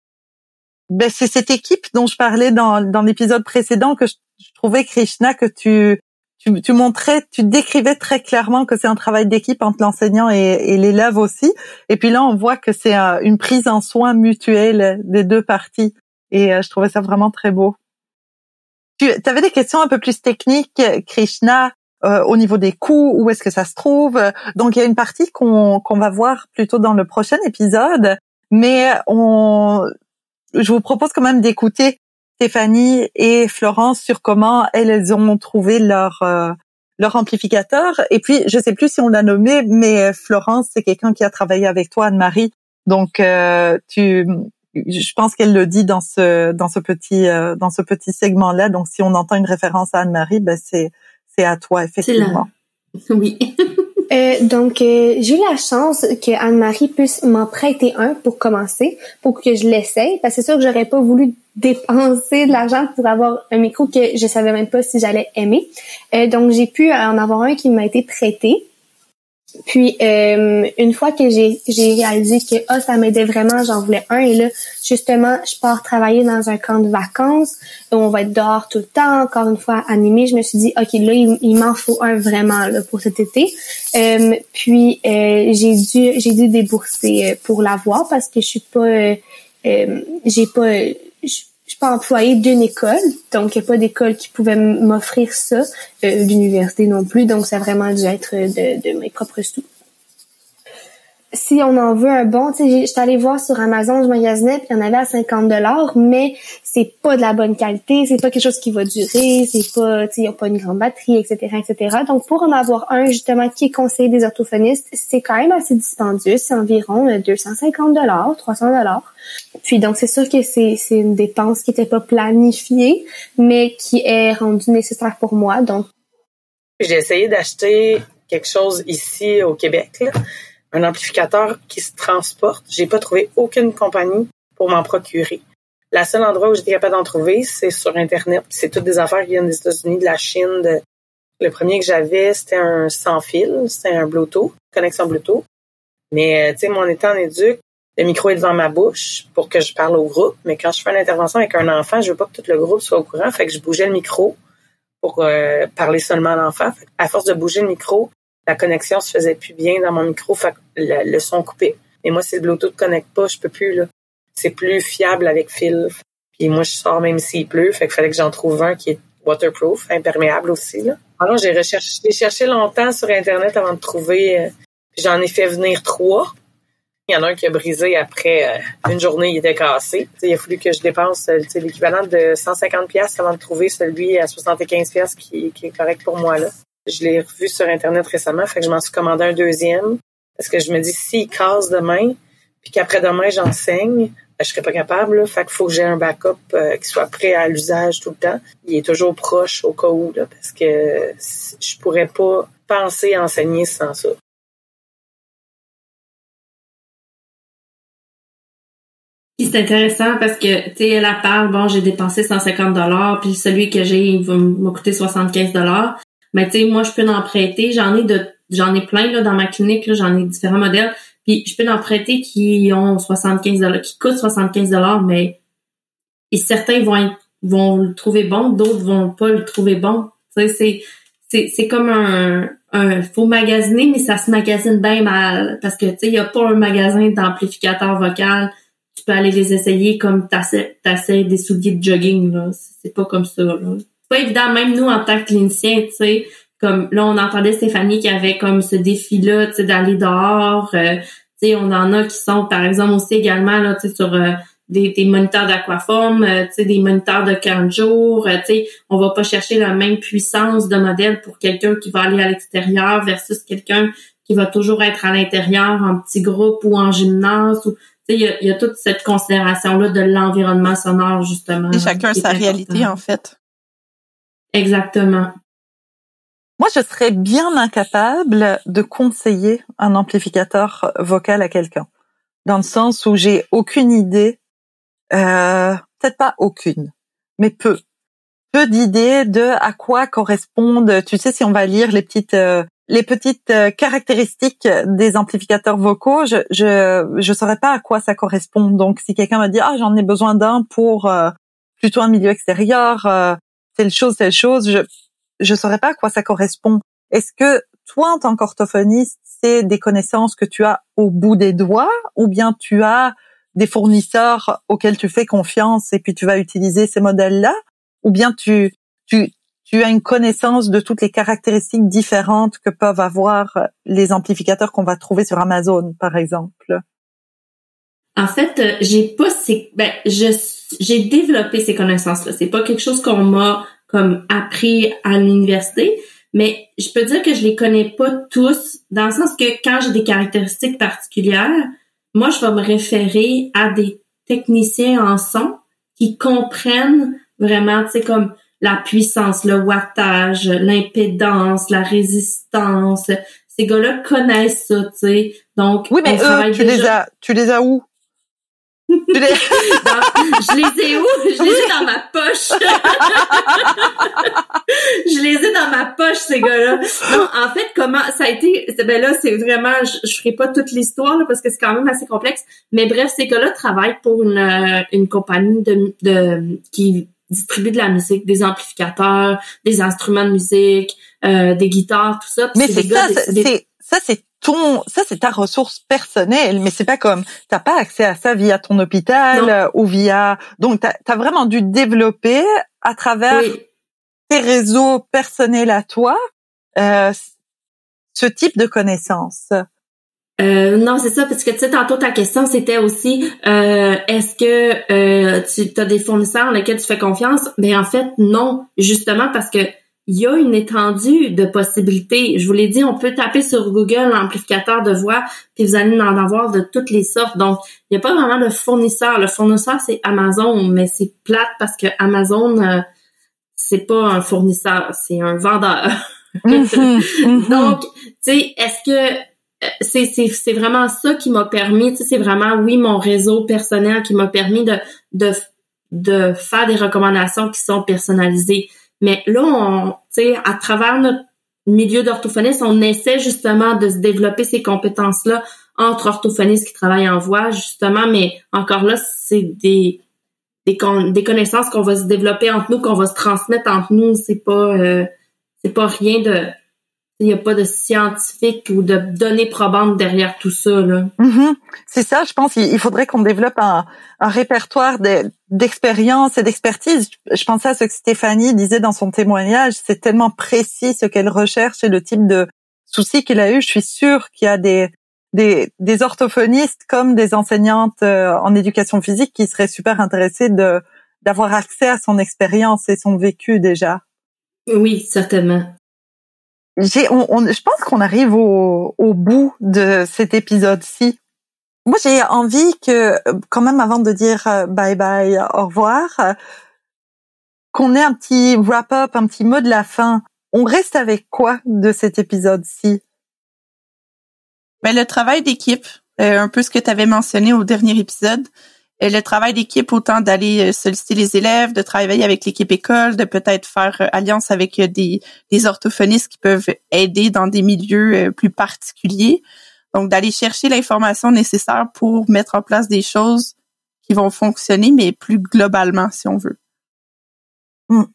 ben, c'est cette équipe dont je parlais dans, dans l'épisode précédent que je, je trouvais, Krishna, que tu, tu, tu montrais, tu décrivais très clairement que c'est un travail d'équipe entre l'enseignant et, et l'élève aussi. Et puis là, on voit que c'est une prise en soin mutuelle des deux parties. Et euh, je trouvais ça vraiment très beau. Tu avais des questions un peu plus techniques, Krishna, Euh, au niveau des coûts, où est-ce que ça se trouve. Donc, il y a une partie qu'on qu'on va voir plutôt dans le prochain épisode, mais on, je vous propose quand même d'écouter Stéphanie et Florence sur comment elles ont trouvé leur euh, leur amplificateur. Et puis, je sais plus si on l'a nommé, mais Florence, c'est quelqu'un qui a travaillé avec toi, Anne-Marie. Donc, euh, tu, je pense qu'elle le dit dans ce dans ce petit euh, dans ce petit segment-là. Donc, si on entend une référence à Anne-Marie, ben c'est c'est à toi, effectivement. Oui. euh, donc, euh, j'ai eu la chance que Anne-Marie puisse m'en prêter un pour commencer, pour que je l'essaye, parce que c'est sûr que j'aurais pas voulu dépenser de l'argent pour avoir un micro que je savais même pas si j'allais aimer. Euh, donc, j'ai pu en avoir un qui m'a été prêté. Puis euh, une fois que j'ai j'ai réalisé que ah ça m'aidait vraiment, j'en voulais un, et là justement je pars travailler dans un camp de vacances où on va être dehors tout le temps, encore une fois animé, je me suis dit ok là il, il m'en faut un vraiment là pour cet été. Euh, puis euh, j'ai dû j'ai dû débourser pour l'avoir parce que je suis pas euh, euh, j'ai pas euh, je suis pas employée d'une école, donc il n'y a pas d'école qui pouvait m'offrir ça, euh, l'université non plus, donc ça a vraiment dû être de, de mes propres sous. Si on en veut un bon, tu sais, j'étais allée voir sur Amazon, je magasinais, puis il y en avait à cinquante dollars, mais c'est pas de la bonne qualité, c'est pas quelque chose qui va durer, c'est pas, tu sais, il n'y a pas une grande batterie, et cetera, et cetera. Donc, pour en avoir un, justement, qui est conseillé des orthophonistes, c'est quand même assez dispendieux, c'est environ deux cent cinquante dollars, trois cents dollars. Puis, donc, c'est sûr que c'est, c'est une dépense qui était pas planifiée, mais qui est rendue nécessaire pour moi, donc. J'ai essayé d'acheter quelque chose ici au Québec, là. Un amplificateur qui se transporte. J'ai pas trouvé aucune compagnie pour m'en procurer. La seule endroit où j'étais capable d'en trouver, c'est sur Internet. C'est toutes des affaires qui viennent des États-Unis, de la Chine. De... Le premier que j'avais, c'était un sans fil, c'était un Bluetooth, connexion Bluetooth. Mais, tu sais, moi, en étant en éduc, le micro est devant ma bouche pour que je parle au groupe. Mais quand je fais une intervention avec un enfant, je veux pas que tout le groupe soit au courant. Fait que je bougeais le micro pour euh, parler seulement à l'enfant. Fait à force de bouger le micro, la connexion se faisait plus bien dans mon micro, fait que le, le son coupait. Et moi, si le Bluetooth ne connecte pas, je peux plus, là. C'est plus fiable avec fil. Puis moi, je sors même s'il pleut, fait qu'il fallait que j'en trouve un qui est waterproof, imperméable aussi, là. Alors, j'ai recherché, j'ai cherché longtemps sur Internet avant de trouver, euh, puis j'en ai fait venir trois. Il y en a un qui a brisé après euh, une journée, il était cassé. T'sais, il a fallu que je dépense euh, l'équivalent de cent cinquante dollars avant de trouver celui à soixante-quinze dollars qui, qui est correct pour moi, là. Je l'ai revu sur Internet récemment, fait que je m'en suis commandé un deuxième. Parce que je me dis, s'il casse demain, puis qu'après-demain, j'enseigne, ben, je serais pas capable, là. Fait qu'il faut que j'ai un backup euh, qui soit prêt à l'usage tout le temps. Il est toujours proche au cas où, là, parce que je pourrais pas penser à enseigner sans ça. Puis c'est intéressant parce que, tu sais, elle a parle, bon, j'ai dépensé cent cinquante dollars, puis celui que j'ai, il va m'a coûté soixante-quinze dollars. Mais tu sais, moi, je peux en prêter. J'en ai de, j'en ai plein là dans ma clinique. Là, j'en ai différents modèles. Puis je peux en prêter qui ont soixante-quinze dollars, qui coûtent soixante-quinze dollars, mais et certains vont être, vont le trouver bon, d'autres vont pas le trouver bon. Tu sais, c'est c'est c'est comme un un faut magasiner, mais ça se magasine bien mal parce que tu sais, il y a pas un magasin d'amplificateur vocal. Tu peux aller les essayer comme t'essaies, t'essaies des souliers de jogging là. C'est pas comme ça là. C'est pas évident, même nous, en tant que cliniciens, tu sais, comme là, on entendait Stéphanie qui avait comme ce défi-là, tu sais, d'aller dehors. Euh, tu sais, on en a qui sont, par exemple, aussi également, là, tu sais, sur euh, des, des moniteurs d'aquaforme, euh, tu sais, des moniteurs de quarante jours. Euh, tu sais, on va pas chercher la même puissance de modèle pour quelqu'un qui va aller à l'extérieur versus quelqu'un qui va toujours être à l'intérieur, en petit groupe ou en gymnase. Ou, tu sais, il y a, il y a toute cette considération-là de l'environnement sonore, justement. Et chacun sa réalité, en fait. Exactement. Moi, je serais bien incapable de conseiller un amplificateur vocal à quelqu'un. Dans le sens où j'ai aucune idée, euh, peut-être pas aucune, mais peu. Peu d'idées de à quoi correspondent, tu sais, si on va lire les petites euh, les petites euh, caractéristiques des amplificateurs vocaux, je je je saurais pas à quoi ça correspond. Donc si quelqu'un me dit ah j'en ai besoin d'un pour euh, plutôt un milieu extérieur, euh, telle chose telle chose, je je saurais pas à quoi ça correspond. Est-ce que toi en tant qu'orthophoniste, c'est des connaissances que tu as au bout des doigts ou bien tu as des fournisseurs auxquels tu fais confiance et puis tu vas utiliser ces modèles-là? Ou bien tu, tu, tu as une connaissance de toutes les caractéristiques différentes que peuvent avoir les amplificateurs qu'on va trouver sur Amazon, par exemple? En fait, j'ai pas ces, ben, je, j'ai développé ces connaissances-là. C'est pas quelque chose qu'on m'a, comme, appris à l'université, mais je peux dire que je les connais pas tous, dans le sens que quand j'ai des caractéristiques particulières, moi, je vais me référer à des techniciens en son qui comprennent vraiment, tu sais, comme la puissance, le wattage, l'impédance, la résistance. Ces gars-là connaissent ça, tu sais. Donc, oui, mais eux, tu déjà... les as, tu les as où? tu les... dans, je les ai où? Je les ai dans ma poche. je les ai dans ma poche, ces gars-là. Non, en fait, comment ça a été, ben là, c'est vraiment, je, je ferai pas toute l'histoire, là, parce que c'est quand même assez complexe. Mais bref, ces gars-là travaillent pour une, une compagnie de, de, qui distribue de la musique, des amplificateurs, des instruments de musique, euh, des guitares, tout ça. Mais c'est, c'est ça, c'est, c'est, ça, c'est ton, ça, c'est ta ressource personnelle, mais c'est pas comme, t'as pas accès à ça via ton hôpital euh, ou via, donc t'as, t'as vraiment dû développer à travers oui. tes réseaux personnels à toi, euh, ce type de connaissances. Euh, non, c'est ça, parce que tu sais, tantôt ta question c'était aussi euh, est-ce que euh, tu as des fournisseurs lesquels tu fais confiance? Ben en fait, non, justement parce que il y a une étendue de possibilités. Je vous l'ai dit, on peut taper sur Google amplificateur de voix, puis vous allez en avoir de toutes les sortes. Donc, il n'y a pas vraiment de fournisseur. Le fournisseur, c'est Amazon, mais c'est plate parce que Amazon, euh, c'est pas un fournisseur, c'est un vendeur. Mm-hmm, mm-hmm. Donc, tu sais, est-ce que c'est c'est c'est vraiment ça qui m'a permis, tu sais, c'est vraiment oui mon réseau personnel qui m'a permis de de de faire des recommandations qui sont personnalisées. Mais là, on, tu sais, à travers notre milieu d'orthophonistes, on essaie justement de se développer ces compétences-là entre orthophonistes qui travaillent en voix, justement. Mais encore là, c'est des des con, des connaissances qu'on va se développer entre nous, qu'on va se transmettre entre nous. C'est pas euh, c'est pas rien de il n'y a pas de scientifique ou de données probantes derrière tout ça, là. Mm-hmm. C'est ça, je pense qu'il faudrait qu'on développe un, un répertoire de, d'expérience et d'expertise. Je pensais à ce que Stéphanie disait dans son témoignage. C'est tellement précis ce qu'elle recherche et le type de soucis qu'elle a eu. Je suis sûre qu'il y a des, des, des orthophonistes comme des enseignantes en éducation physique qui seraient super intéressées de, d'avoir accès à son expérience et son vécu déjà. Oui, certainement. J'ai, on, on, je pense qu'on arrive au, au bout de cet épisode-ci. Moi, j'ai envie que, quand même, avant de dire bye bye, au revoir, qu'on ait un petit wrap-up, un petit mot de la fin. On reste avec quoi de cet épisode-ci? Ben, le travail d'équipe, euh, un peu ce que tu avais mentionné au dernier épisode. Et le travail d'équipe, autant d'aller solliciter les élèves, de travailler avec l'équipe école, de peut-être faire alliance avec des, des orthophonistes qui peuvent aider dans des milieux plus particuliers. Donc, d'aller chercher l'information nécessaire pour mettre en place des choses qui vont fonctionner, mais plus globalement, si on veut. Mm.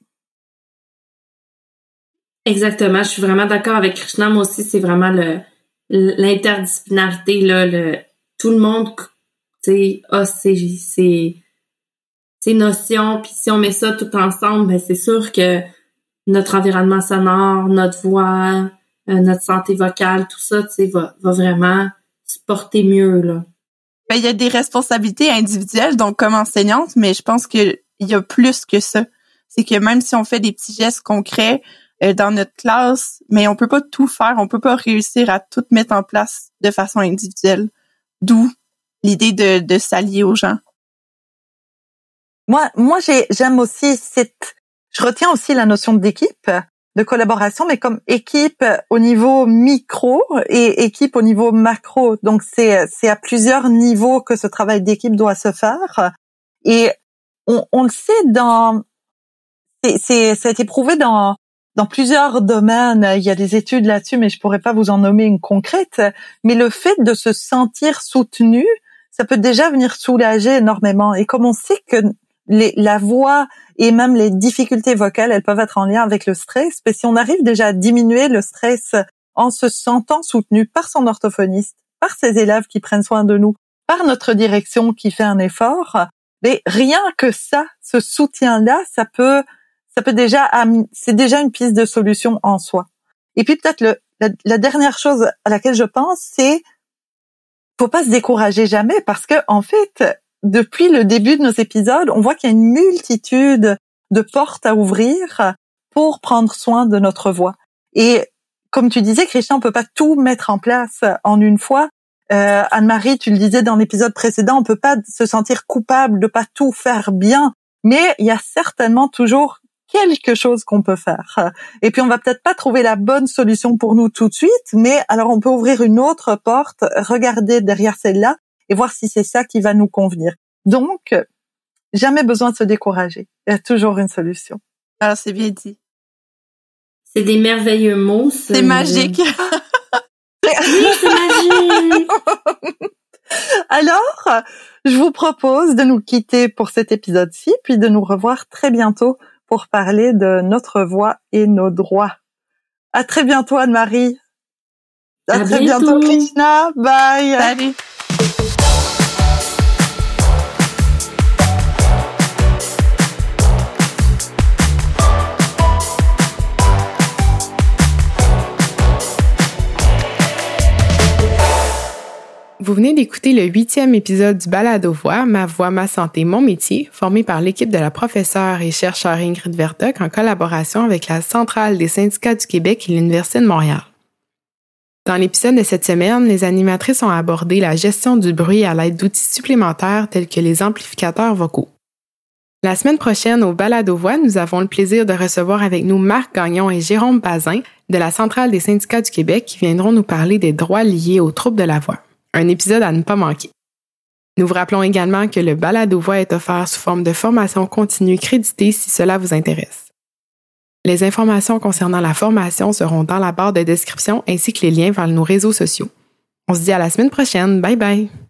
Exactement. Je suis vraiment d'accord avec Krishna. Moi aussi, c'est vraiment le l'interdisciplinarité, là, le tout le monde... tu sais, ah, c'est, c'est, ces notions, puis si on met ça tout ensemble, ben c'est sûr que notre environnement sonore, notre voix, euh, notre santé vocale, tout ça, tu sais, va, va vraiment se porter mieux, là. Ben, il y a des responsabilités individuelles, donc comme enseignante, mais je pense que il y a plus que ça. C'est que même si on fait des petits gestes concrets, euh, dans notre classe, mais on peut pas tout faire, on peut pas réussir à tout mettre en place de façon individuelle. D'où l'idée de, de s'allier aux gens. Moi, moi, j'ai, j'aime aussi cette, je retiens aussi la notion d'équipe, de collaboration, mais comme équipe au niveau micro et équipe au niveau macro. Donc, c'est, c'est à plusieurs niveaux que ce travail d'équipe doit se faire. Et on, on le sait dans, c'est, c'est, ça a été prouvé dans, dans plusieurs domaines. Il y a des études là-dessus, mais je pourrais pas vous en nommer une concrète. Mais le fait de se sentir soutenu, ça peut déjà venir soulager énormément. Et comme on sait que les, la voix et même les difficultés vocales, elles peuvent être en lien avec le stress, mais si on arrive déjà à diminuer le stress en se sentant soutenu par son orthophoniste, par ses élèves qui prennent soin de nous, par notre direction qui fait un effort, mais rien que ça, ce soutien-là, ça peut, ça peut déjà, c'est déjà une piste de solution en soi. Et puis peut-être le, la, la dernière chose à laquelle je pense, c'est faut pas se décourager jamais, parce que en fait, depuis le début de nos épisodes, on voit qu'il y a une multitude de portes à ouvrir pour prendre soin de notre voix. Et comme tu disais, Christian, on peut pas tout mettre en place en une fois. Euh, Anne-Marie, tu le disais dans l'épisode précédent, on peut pas se sentir coupable de pas tout faire bien, mais il y a certainement toujours quelque chose qu'on peut faire. Et puis on va peut-être pas trouver la bonne solution pour nous tout de suite, mais alors on peut ouvrir une autre porte, regarder derrière celle-là et voir si c'est ça qui va nous convenir. Donc, jamais besoin de se décourager. Il y a toujours une solution. Ah, c'est bien dit. C'est des merveilleux mots. C'est, c'est magique. Oui, c'est magique. Alors, je vous propose de nous quitter pour cet épisode-ci, puis de nous revoir très bientôt pour parler de notre voix et nos droits. À très bientôt, Anne-Marie. À, à très bientôt, bientôt Krishna. Bye. Salut. Vous venez d'écouter le huitième épisode du Balado Voix, Ma voix, ma santé, mon métier, formé par l'équipe de la professeure et chercheure Ingrid Vertoc en collaboration avec la Centrale des syndicats du Québec et l'Université de Montréal. Dans l'épisode de cette semaine, les animatrices ont abordé la gestion du bruit à l'aide d'outils supplémentaires tels que les amplificateurs vocaux. La semaine prochaine, au Balado Voix, nous avons le plaisir de recevoir avec nous Marc Gagnon et Jérôme Bazin de la Centrale des syndicats du Québec qui viendront nous parler des droits liés aux troubles de la voix. Un épisode à ne pas manquer. Nous vous rappelons également que le Balado Voix est offert sous forme de formation continue créditée si cela vous intéresse. Les informations concernant la formation seront dans la barre de description ainsi que les liens vers nos réseaux sociaux. On se dit à la semaine prochaine. Bye bye!